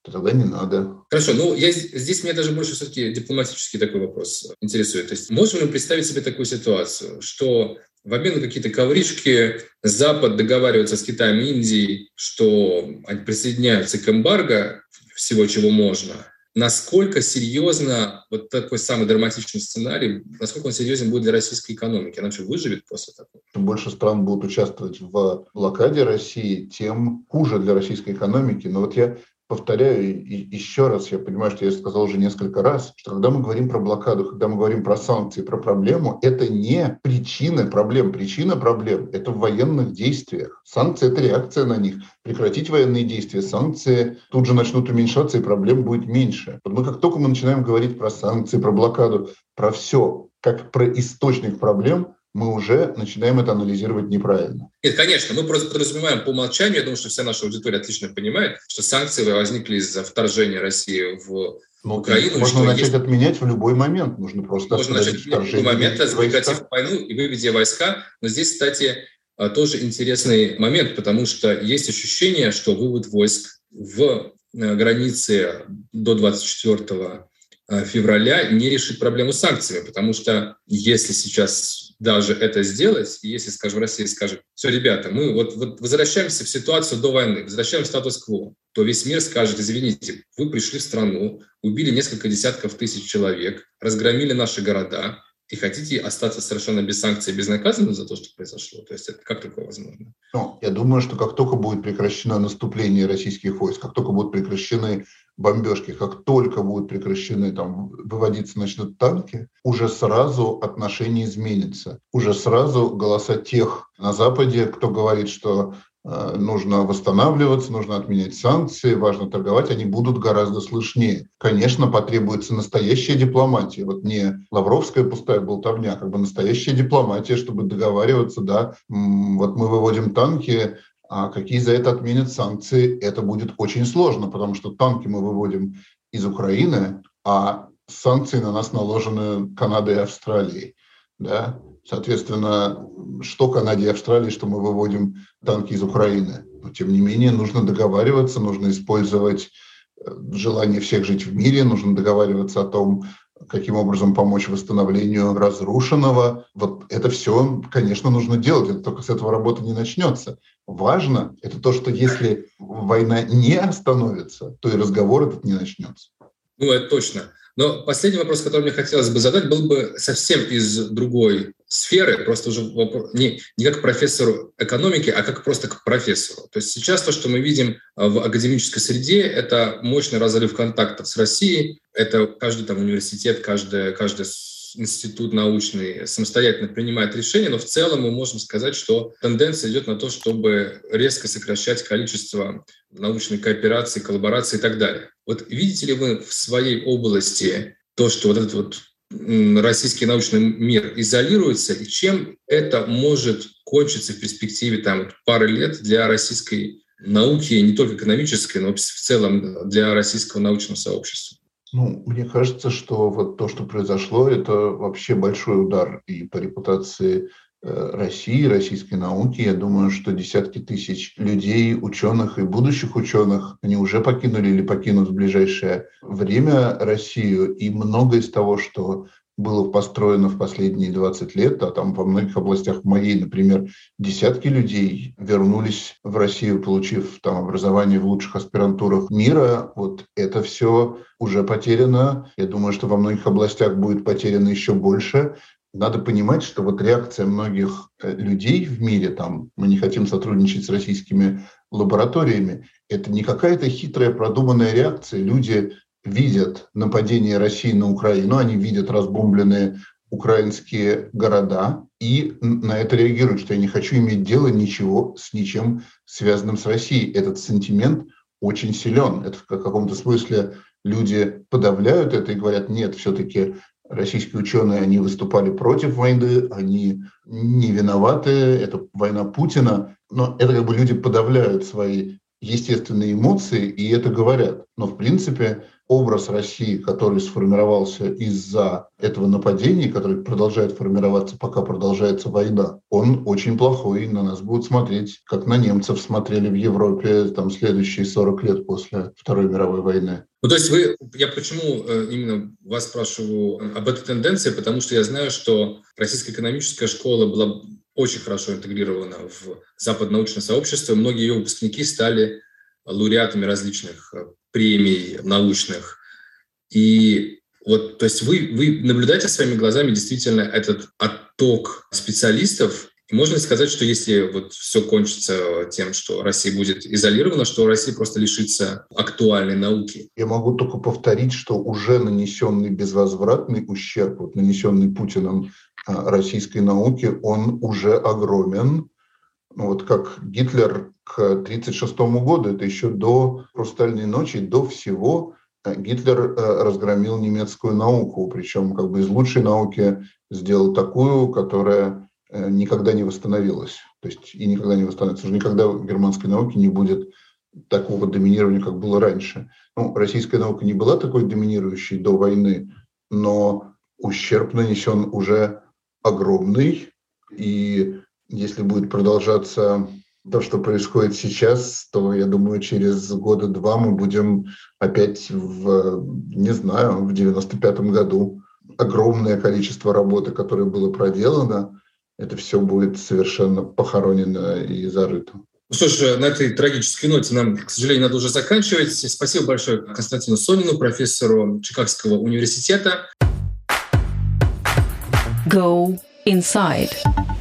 то тогда не надо. Хорошо, ну я, здесь меня даже больше все-таки дипломатический такой вопрос интересует. То есть можем ли мы представить себе такую ситуацию, что в обмен на какие-то ковришки Запад договаривается с Китаем и Индией, что они присоединяются к эмбарго всего, чего можно? Насколько серьезно вот такой самый драматичный сценарий, насколько он серьезен будет для российской экономики? Она что, выживет после такого? Чем больше стран будут участвовать в блокаде России, тем хуже для российской экономики. Но вот я повторяю и еще раз, я понимаю, что я сказал уже несколько раз, что когда мы говорим про блокаду, когда мы говорим про санкции, про проблему, это не причина проблем. Причина проблем – это в военных действиях. Санкции – это реакция на них. Прекратить военные действия, санкции тут же начнут уменьшаться, и проблем будет меньше. Вот мы как только мы начинаем говорить про санкции, про блокаду, про все, как про источник проблем, мы уже начинаем это анализировать неправильно. Нет, конечно, мы просто подразумеваем по умолчанию, я думаю, что вся наша аудитория отлично понимает, что санкции возникли из-за вторжения России в Но Украину. Можно начать есть... отменять в любой момент, нужно просто Можно начать в любой момент, прекратив войну и выведя войска. Но здесь, кстати, тоже интересный момент, потому что есть ощущение, что вывод войск в границе до двадцать четвёртого февраля не решит проблему с санкциями, потому что если сейчас даже это сделать, если, скажем, Россия скажет: все, ребята, мы вот, вот возвращаемся в ситуацию до войны, возвращаем статус-кво, то весь мир скажет: извините, вы пришли в страну, убили несколько десятков тысяч человек, разгромили наши города, и хотите остаться совершенно без санкций, безнаказанным за то, что произошло? То есть это как такое возможно? Ну, я думаю, что как только будет прекращено наступление российских войск, как только будут прекращены бомбежки, как только будут прекращены, там, выводиться начнут танки, уже сразу отношение изменится. Уже сразу голоса тех на Западе, кто говорит, что э, нужно восстанавливаться, нужно отменять санкции, важно торговать, они будут гораздо слышнее. Конечно, потребуется настоящая дипломатия. Вот не лавровская пустая болтовня, как бы настоящая дипломатия, чтобы договариваться, да, м- вот мы выводим танки, а какие за это отменят санкции, это будет очень сложно, потому что танки мы выводим из Украины, а санкции на нас наложены Канадой и Австралией. Да? Соответственно, что Канаде и Австралии, что мы выводим танки из Украины. Но, тем не менее, нужно договариваться, нужно использовать желание всех жить в мире, нужно договариваться о том, каким образом помочь восстановлению разрушенного. Вот это все, конечно, нужно делать. Это только с этого работа не начнется. Важно это то, что если война не остановится, то и разговор этот не начнется. Ну, это точно. Но последний вопрос, который мне хотелось бы задать, был бы совсем из другой сферы, просто уже вопрос, не, не как профессору экономики, а как просто к профессору. То есть сейчас то, что мы видим в академической среде, это мощный разрыв контактов с Россией, это каждый там университет, каждый, каждый институт научный самостоятельно принимает решения, но в целом мы можем сказать, что тенденция идет на то, чтобы резко сокращать количество научной кооперации, коллаборации и так далее. Вот видите ли вы в своей области то, что вот этот вот российский научный мир изолируется, и чем это может кончиться в перспективе там, пары лет для российской науки, не только экономической, но в целом для российского научного сообщества? Ну, мне кажется, что вот то, что произошло, это вообще большой удар и по репутации России, российской науки. Я думаю, что десятки тысяч людей, ученых и будущих ученых, они уже покинули или покинут в ближайшее время Россию. И многое из того, что было построено в последние двадцать лет, а там во многих областях моей, например, десятки людей вернулись в Россию, получив там образование в лучших аспирантурах мира. Вот это все уже потеряно. Я думаю, что во многих областях будет потеряно еще больше. Надо понимать, что вот реакция многих людей в мире, там, мы не хотим сотрудничать с российскими лабораториями, это не какая-то хитрая продуманная реакция. Люди видят нападение России на Украину, они видят разбомбленные украинские города и на это реагируют, что я не хочу иметь дело ничего с ничем связанным с Россией. Этот сентимент очень силен. Это в каком-то смысле люди подавляют это и говорят: нет, все-таки российские ученые, они выступали против войны, они не виноваты, это война Путина. Но это как бы люди подавляют свои естественные эмоции и это говорят. Но в принципе образ России, который сформировался из-за этого нападения, который продолжает формироваться, пока продолжается война, он очень плохой. На нас будут смотреть, как на немцев смотрели в Европе там, следующие сорок лет после Второй мировой войны. Ну, то есть вы, я почему именно вас спрашиваю об этой тенденции, потому что я знаю, что российская экономическая школа была очень хорошо интегрирована в западное научное сообщество. Многие ее выпускники стали лауреатами различных премий научных. И вот, то есть вы, вы наблюдаете своими глазами действительно этот отток специалистов. И можно ли сказать, что если вот все кончится тем, что Россия будет изолирована, что Россия просто лишится актуальной науки? Я могу только повторить, что уже нанесенный безвозвратный ущерб, вот, нанесенный Путиным российской науке, он уже огромен. Ну, вот как Гитлер к тысяча девятьсот тридцать шестому году, это еще до «Хрустальной ночи», до всего, Гитлер разгромил немецкую науку, причем как бы из лучшей науки сделал такую, которая никогда не восстановилась. То есть и никогда не восстановится. Уже никогда в германской науке не будет такого доминирования, как было раньше. Ну, российская наука не была такой доминирующей до войны, но ущерб нанесен уже огромный. И если будет продолжаться то, что происходит сейчас, то, я думаю, через года два мы будем опять в, не знаю, в девяносто пятом году. Огромное количество работы, которое было проделано, это все будет совершенно похоронено и зарыто. Ну что ж, на этой трагической ноте нам, к сожалению, надо уже заканчивать. Спасибо большое Константину Сонину, профессору Чикагского университета. Go inside.